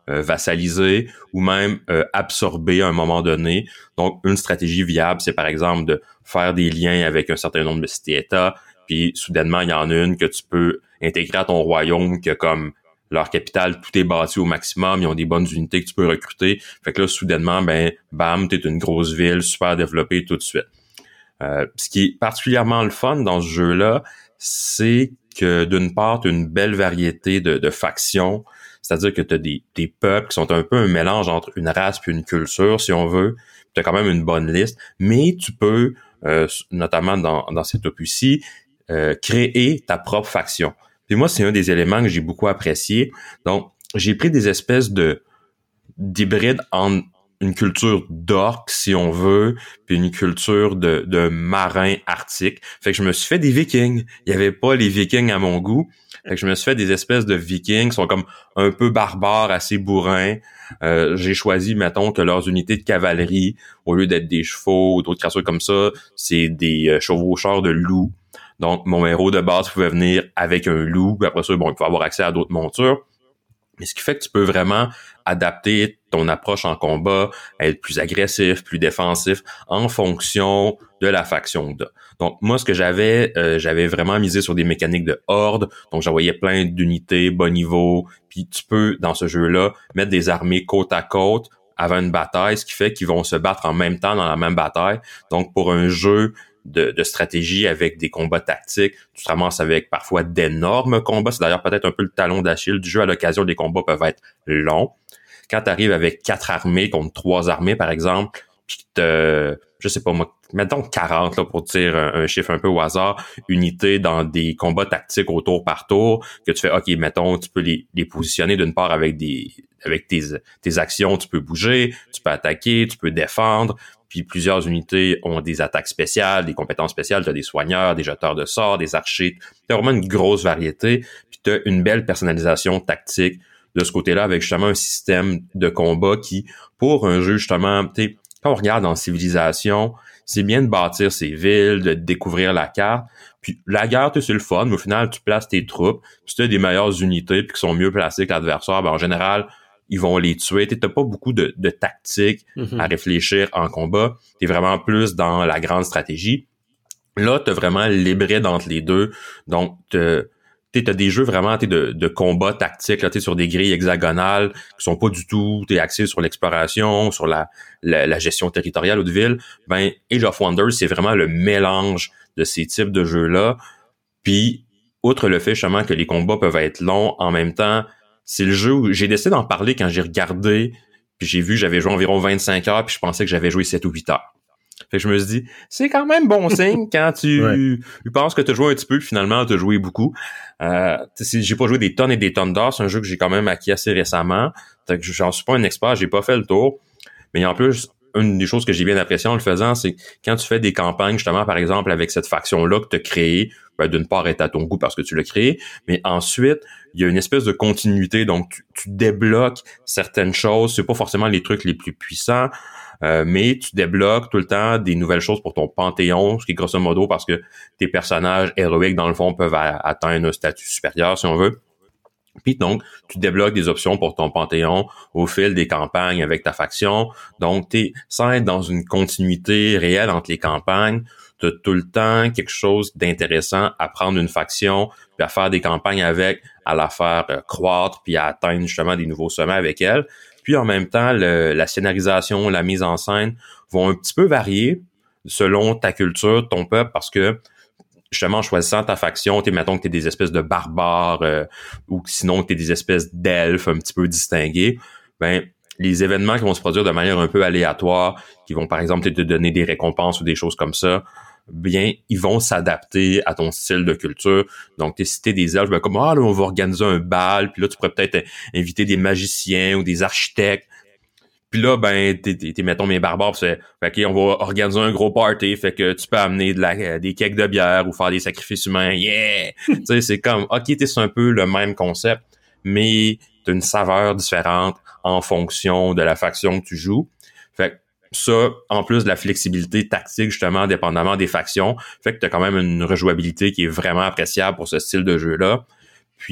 euh, vassaliser ou même euh, absorber à un moment donné. Donc, une stratégie viable, c'est par exemple de faire des liens avec un certain nombre de cités-États, puis soudainement, il y en a une que tu peux intégrer à ton royaume, que comme leur capitale, tout est bâti au maximum, ils ont des bonnes unités que tu peux recruter. Fait que là, soudainement, ben, bam, t'es une grosse ville super développée tout de suite. Euh, ce qui est particulièrement le fun dans ce jeu-là, c'est que d'une part, t'as une belle variété de, de factions, c'est-à-dire que t'as des, des peuples qui sont un peu un mélange entre une race puis une culture, si on veut. T'as quand même une bonne liste, mais tu peux, euh, notamment dans, dans cet opus-ci, euh, créer ta propre faction. Puis moi, c'est un des éléments que j'ai beaucoup apprécié. Donc, j'ai pris des espèces de d'hybrides en une culture d'orques, si on veut, puis une culture de, de marins arctiques. Fait que je me suis fait des vikings. Il y avait pas les vikings à mon goût. Fait que je me suis fait des espèces de vikings qui sont comme un peu barbares, assez bourrins. Euh, j'ai choisi, mettons, que leurs unités de cavalerie, au lieu d'être des chevaux ou d'autres créatures comme ça, c'est des euh, chevaucheurs de loups. Donc, mon héros de base pouvait venir avec un loup, puis après ça, bon, il peut avoir accès à d'autres montures. Mais ce qui fait que tu peux vraiment adapter ton approche en combat, être plus agressif, plus défensif, en fonction de la faction que t'as. Donc, moi, ce que j'avais, euh, j'avais vraiment misé sur des mécaniques de horde. Donc, j'envoyais plein d'unités, bas niveau. Puis, tu peux, dans ce jeu-là, mettre des armées côte à côte avant une bataille, ce qui fait qu'ils vont se battre en même temps dans la même bataille. Donc, pour un jeu De, de stratégie avec des combats tactiques, tu te ramasses avec parfois d'énormes combats. C'est d'ailleurs peut-être un peu le talon d'Achille du jeu. À l'occasion, les combats peuvent être longs. Quand tu arrives avec quatre armées contre trois armées, par exemple, puis que je sais pas moi, mettons quarante, là, pour dire un, un chiffre un peu au hasard, unités dans des combats tactiques au tour par tour, que tu fais, OK, mettons, tu peux les, les positionner d'une part avec des avec tes, tes actions, tu peux bouger, tu peux attaquer, tu peux défendre. Puis plusieurs unités ont des attaques spéciales, des compétences spéciales. Tu as des soigneurs, des jeteurs de sorts, des archers. Tu as vraiment une grosse variété. Puis tu as une belle personnalisation tactique de ce côté-là avec justement un système de combat qui, pour un jeu justement, tu sais, quand on regarde en civilisation, c'est bien de bâtir ses villes, de découvrir la carte. Puis la guerre, c'est le fun, mais au final, tu places tes troupes. Puis si tu as des meilleures unités puis qui sont mieux placées que l'adversaire, ben en général, ils vont les tuer. Tu n'as pas beaucoup de, de tactiques mm-hmm. à réfléchir en combat. Tu es vraiment plus dans la grande stratégie. Là, tu as vraiment l'hybride entre les deux. Donc, tu as des jeux vraiment de, de combat tactique là, sur des grilles hexagonales qui sont pas du tout axés sur l'exploration, sur la, la, la gestion territoriale ou de ville. Ben, Age of Wonders, c'est vraiment le mélange de ces types de jeux-là. Puis, outre le fait justement que les combats peuvent être longs en même temps, c'est le jeu où j'ai décidé d'en parler quand j'ai regardé, puis j'ai vu que j'avais joué environ vingt-cinq heures, puis je pensais que j'avais joué sept ou huit heures. Fait que je me suis dit, c'est quand même bon signe quand tu, ouais. tu penses que tu as joué un petit peu, puis finalement tu as joué beaucoup. Euh, j'ai pas joué des tonnes et des tonnes d'heures, c'est un jeu que j'ai quand même acquis assez récemment. Fait que j'en suis pas un expert, j'ai pas fait le tour. Mais en plus, une des choses que j'ai bien apprécié en le faisant, c'est quand tu fais des campagnes, justement, par exemple, avec cette faction-là que tu as créée, ben, d'une part, elle est à ton goût parce que tu l'as créée, mais ensuite, il y a une espèce de continuité. Donc, tu, tu débloques certaines choses. C'est pas forcément les trucs les plus puissants, euh, mais tu débloques tout le temps des nouvelles choses pour ton panthéon, ce qui est grosso modo parce que tes personnages héroïques, dans le fond, peuvent a- atteindre un statut supérieur, si on veut. Puis donc, tu débloques des options pour ton panthéon au fil des campagnes avec ta faction. Donc, t'es sans être dans une continuité réelle entre les campagnes, tu as tout le temps quelque chose d'intéressant à prendre une faction, puis à faire des campagnes avec, à la faire euh, croître, puis à atteindre justement des nouveaux sommets avec elle. Puis en même temps, le, la scénarisation, la mise en scène vont un petit peu varier selon ta culture, ton peuple, parce que justement, en choisissant ta faction, t'es, mettons que t'es des espèces de barbares euh, ou sinon t'es des espèces d'elfes un petit peu distingués, ben les événements qui vont se produire de manière un peu aléatoire, qui vont par exemple te donner des récompenses ou des choses comme ça, bien, ils vont s'adapter à ton style de culture. Donc, t'es cité des elfes, ben comme, ah là, on va organiser un bal, puis là, tu pourrais peut-être inviter des magiciens ou des architectes. Puis là, ben, t'es, t'es, t'es mettons, mes barbares, c'est, fait que, on va organiser un gros party, fait que tu peux amener de la, des cakes de bière ou faire des sacrifices humains, yeah! Tu sais, c'est comme, ok, t'es c'est un peu le même concept, mais t'as une saveur différente en fonction de la faction que tu joues. Fait que ça, en plus de la flexibilité tactique, justement, dépendamment des factions, fait que t'as quand même une rejouabilité qui est vraiment appréciable pour ce style de jeu-là. Puis,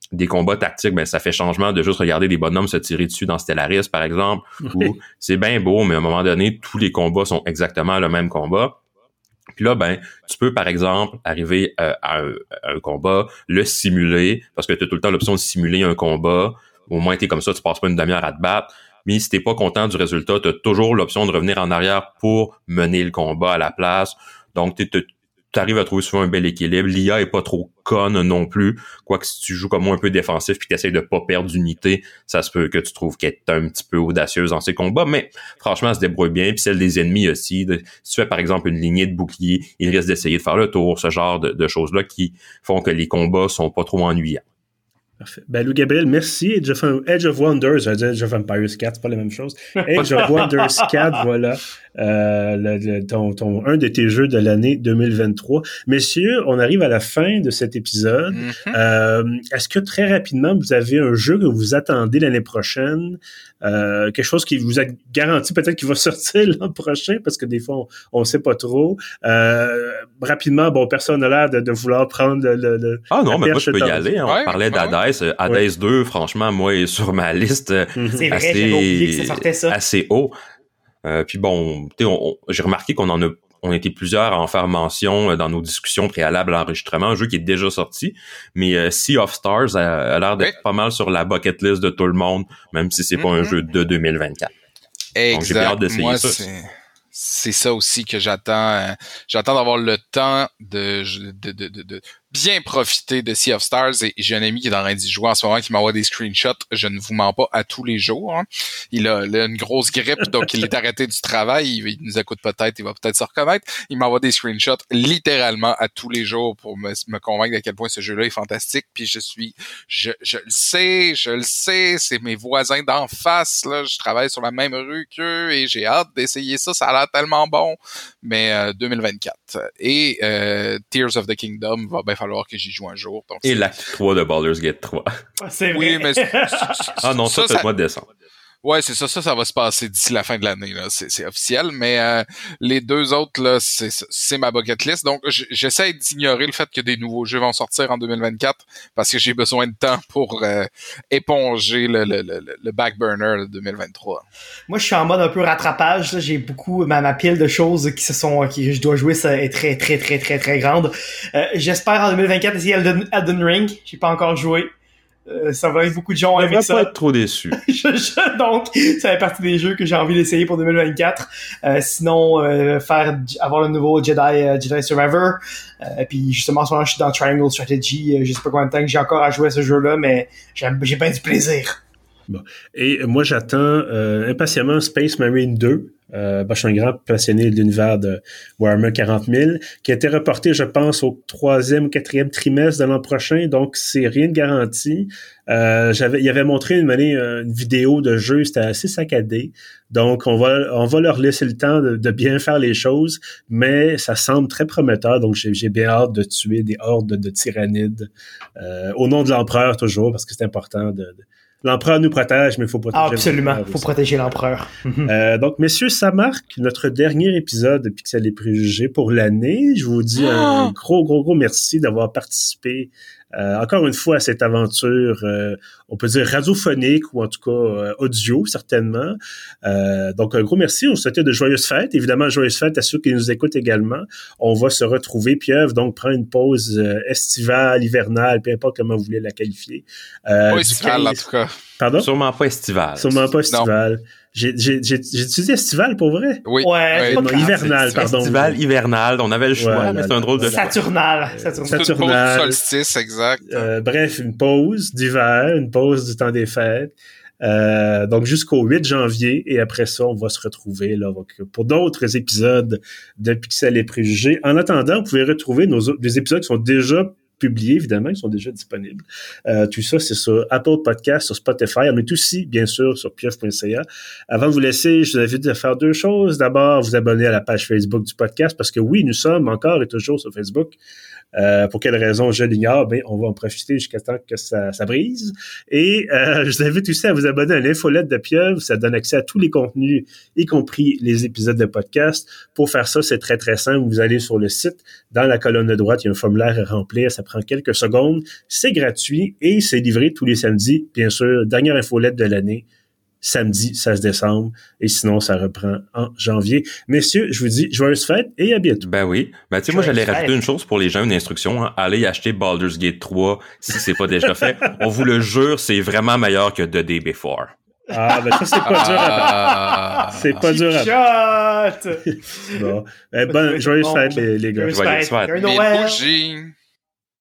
des combats tactiques, ben ça fait changement de juste regarder des bonhommes se tirer dessus dans Stellaris, par exemple, oui. où c'est bien beau, mais à un moment donné, tous les combats sont exactement le même combat. Puis là, ben, tu peux, par exemple, arriver euh, à, un, à un combat, le simuler, parce que tu as tout le temps l'option de simuler un combat. Au moins, t'es comme ça, tu passes pas une demi-heure à te battre. Mais si t'es pas content du résultat, tu as toujours l'option de revenir en arrière pour mener le combat à la place. Donc, tu arrives à trouver souvent un bel équilibre. L'I A est pas trop conne non plus. Quoique si tu joues comme moi un peu défensif puis que tu essaies de pas perdre d'unité, ça se peut que tu trouves qu'elle est un petit peu audacieuse dans ses combats. Mais franchement, elle se débrouille bien. Puis celle des ennemis aussi. De, si tu fais par exemple une lignée de boucliers, ils risquent d'essayer de faire le tour. Ce genre de, de choses-là qui font que les combats sont pas trop ennuyants. Parfait. Ben, Lou Gabriel, merci. Edge of, Edge of Wonders, j'allais dire Edge of Empires quatre, c'est pas la même chose. Edge of Wonders quatre, voilà. Euh, le, le, ton, ton, un de tes jeux de l'année deux mille vingt-trois. Messieurs, on arrive à la fin de cet épisode. Mm-hmm. Euh, est-ce que très rapidement, vous avez un jeu que vous attendez l'année prochaine? Euh, quelque chose qui vous a garanti peut-être qu'il va sortir l'an prochain, parce que des fois, on ne sait pas trop. Euh, rapidement, bon, personne n'a l'air de, de vouloir prendre le... le ah non, mais moi, je peux y aller. On ouais, parlait d'Hades. Ouais. Hades ouais. deux, franchement, moi, est sur ma liste mm-hmm. assez, vrai, oublié que ça sortait, ça. assez haut. Euh, puis bon, tu sais, j'ai remarqué qu'on en a, on était plusieurs à en faire mention dans nos discussions préalables à l'enregistrement, un jeu qui est déjà sorti, mais euh, Sea of Stars a, a l'air d'être oui. pas mal sur la bucket list de tout le monde, même si c'est mm-hmm. pas un jeu de deux mille vingt-quatre. Exact. Donc j'ai bien hâte d'essayer Moi, ça. C'est... c'est ça aussi que j'attends. Euh, j'attends d'avoir le temps de, de, de, de, de bien profiter de Sea of Stars, et j'ai un ami qui est en train d'y jouer en ce moment qui m'envoie des screenshots. Je ne vous mens pas, à tous les jours. Hein. Il a, il a une grosse grippe, donc il est arrêté du travail. Il, il nous écoute peut-être, il va peut-être se reconnaître. Il m'envoie des screenshots littéralement à tous les jours pour me, me convaincre à quel point ce jeu-là est fantastique. Puis je suis, je, je le sais, je le sais, c'est mes voisins d'en face. Là, je travaille sur la même rue qu'eux et j'ai hâte d'essayer ça. Ça a l'air tellement bon. Mais euh, deux mille vingt-quatre et euh, Tears of the Kingdom va bien falloir que j'y joue un jour. Donc et l'acte trois de Baldur's Gate trois. C'est vrai. Oui, mais c'est, c'est, ah non, ça, ça c'est le mois de décembre. Ouais, c'est ça, ça, ça va se passer d'ici la fin de l'année, là. C'est, c'est officiel, mais euh, les deux autres, là, c'est, c'est ma bucket list. Donc, j'essaie d'ignorer le fait que des nouveaux jeux vont sortir en deux mille vingt-quatre parce que j'ai besoin de temps pour euh, éponger le, le, le, le back burner de deux mille vingt-trois. Moi, je suis en mode un peu rattrapage. Là. J'ai beaucoup, ma, ma pile de choses qui se sont, qui je dois jouer, ça est très, très, très, très, très grande. Euh, j'espère en deux mille vingt-quatre essayer Elden, Elden Ring. J'ai pas encore joué. Euh, ça va être beaucoup de gens avec ça. On va pas être trop déçus. je, je, donc, ça fait partie des jeux que j'ai envie d'essayer pour deux mille vingt-quatre. Euh, sinon, euh, faire avoir le nouveau Jedi euh, Jedi Survivor. Euh, puis justement, en ce moment, je suis dans Triangle Strategy. Euh, je sais pas combien de temps que j'ai encore à jouer à ce jeu-là, mais j'ai, j'ai bien du plaisir. Bon. Et moi, j'attends euh, impatiemment Space Marine deux. Euh, ben, je suis un grand passionné de l'univers de Warhammer quarante mille, qui a été reporté, je pense, au troisième ou quatrième trimestre de l'an prochain, donc c'est rien de garanti. Euh, j'avais, il avait montré une, une vidéo de jeu, c'était assez saccadé, donc on va, on va leur laisser le temps de, de bien faire les choses, mais ça semble très prometteur, donc j'ai, j'ai bien hâte de tuer des hordes de, de tyrannides, euh, au nom de l'empereur toujours, parce que c'est important de... de l'empereur nous protège, mais il faut protéger. Ah, absolument, il faut protéger l'empereur. euh, donc, messieurs, ça marque notre dernier épisode de Pixels et Préjugés pour l'année. Je vous dis oh! un gros, gros, gros merci d'avoir participé euh, encore une fois à cette aventure, euh, on peut dire radiophonique ou en tout cas euh, audio, certainement. Euh, donc, un gros merci. On vous souhaite de joyeuses fêtes. Évidemment, joyeuses fêtes à ceux qui nous écoutent également. On va se retrouver. Pieuvre, donc, prend une pause euh, estivale, hivernale, peu importe comment vous voulez la qualifier. Euh, pas estivale, en tout cas. Pardon? Sûrement pas estivale. Sûrement pas estivale. J'ai, j'ai, j'ai, j'ai utilisé estival pour vrai? Oui. Ouais. Non, hivernal, pardon. Estival, hivernal. On avait le choix, ouais, mais c'est un drôle de... Saturnal. Saturnal. Saturnal. Une pause solstice, exact. Euh, bref, une pause d'hiver, une pause du temps des fêtes. Euh, donc jusqu'au huit janvier, et après ça, on va se retrouver là pour d'autres épisodes de Pixels et Préjugés. En attendant, vous pouvez retrouver nos des épisodes qui sont déjà publiés, évidemment, ils sont déjà disponibles. Euh, tout ça, c'est sur Apple Podcasts, sur Spotify. On est aussi, bien sûr, sur pieuvre point c a. Avant de vous laisser, je vous invite à faire deux choses. D'abord, vous abonner à la page Facebook du podcast, parce que oui, nous sommes encore et toujours sur Facebook. Euh, pour quelle raison, je l'ignore, mais on va en profiter jusqu'à temps que ça, ça brise. Et euh, je vous invite aussi à vous abonner à l'infolette de Pieuvre. Ça donne accès à tous les contenus, y compris les épisodes de podcast. Pour faire ça, c'est très, très simple. Vous allez sur le site. Dans la colonne de droite, il y a un formulaire à remplir. Ça prend quelques secondes. C'est gratuit et c'est livré tous les samedis. Bien sûr, dernière infolette de l'année, samedi seize décembre. Et sinon, ça reprend en janvier. Messieurs, je vous dis joyeuses fêtes et à bientôt. Ben oui. Ben tu sais, moi, j'allais rajouter une chose pour les gens, une instruction. Hein. Allez acheter Baldur's Gate trois si c'est pas déjà fait. On vous le jure, c'est vraiment meilleur que The Day Before. Ah, ben ça, c'est pas dur à battre. C'est pas dur à battre. Bon. Eh ben, joyeuses fêtes, les, les gars. Joyeuses fêtes. Noël.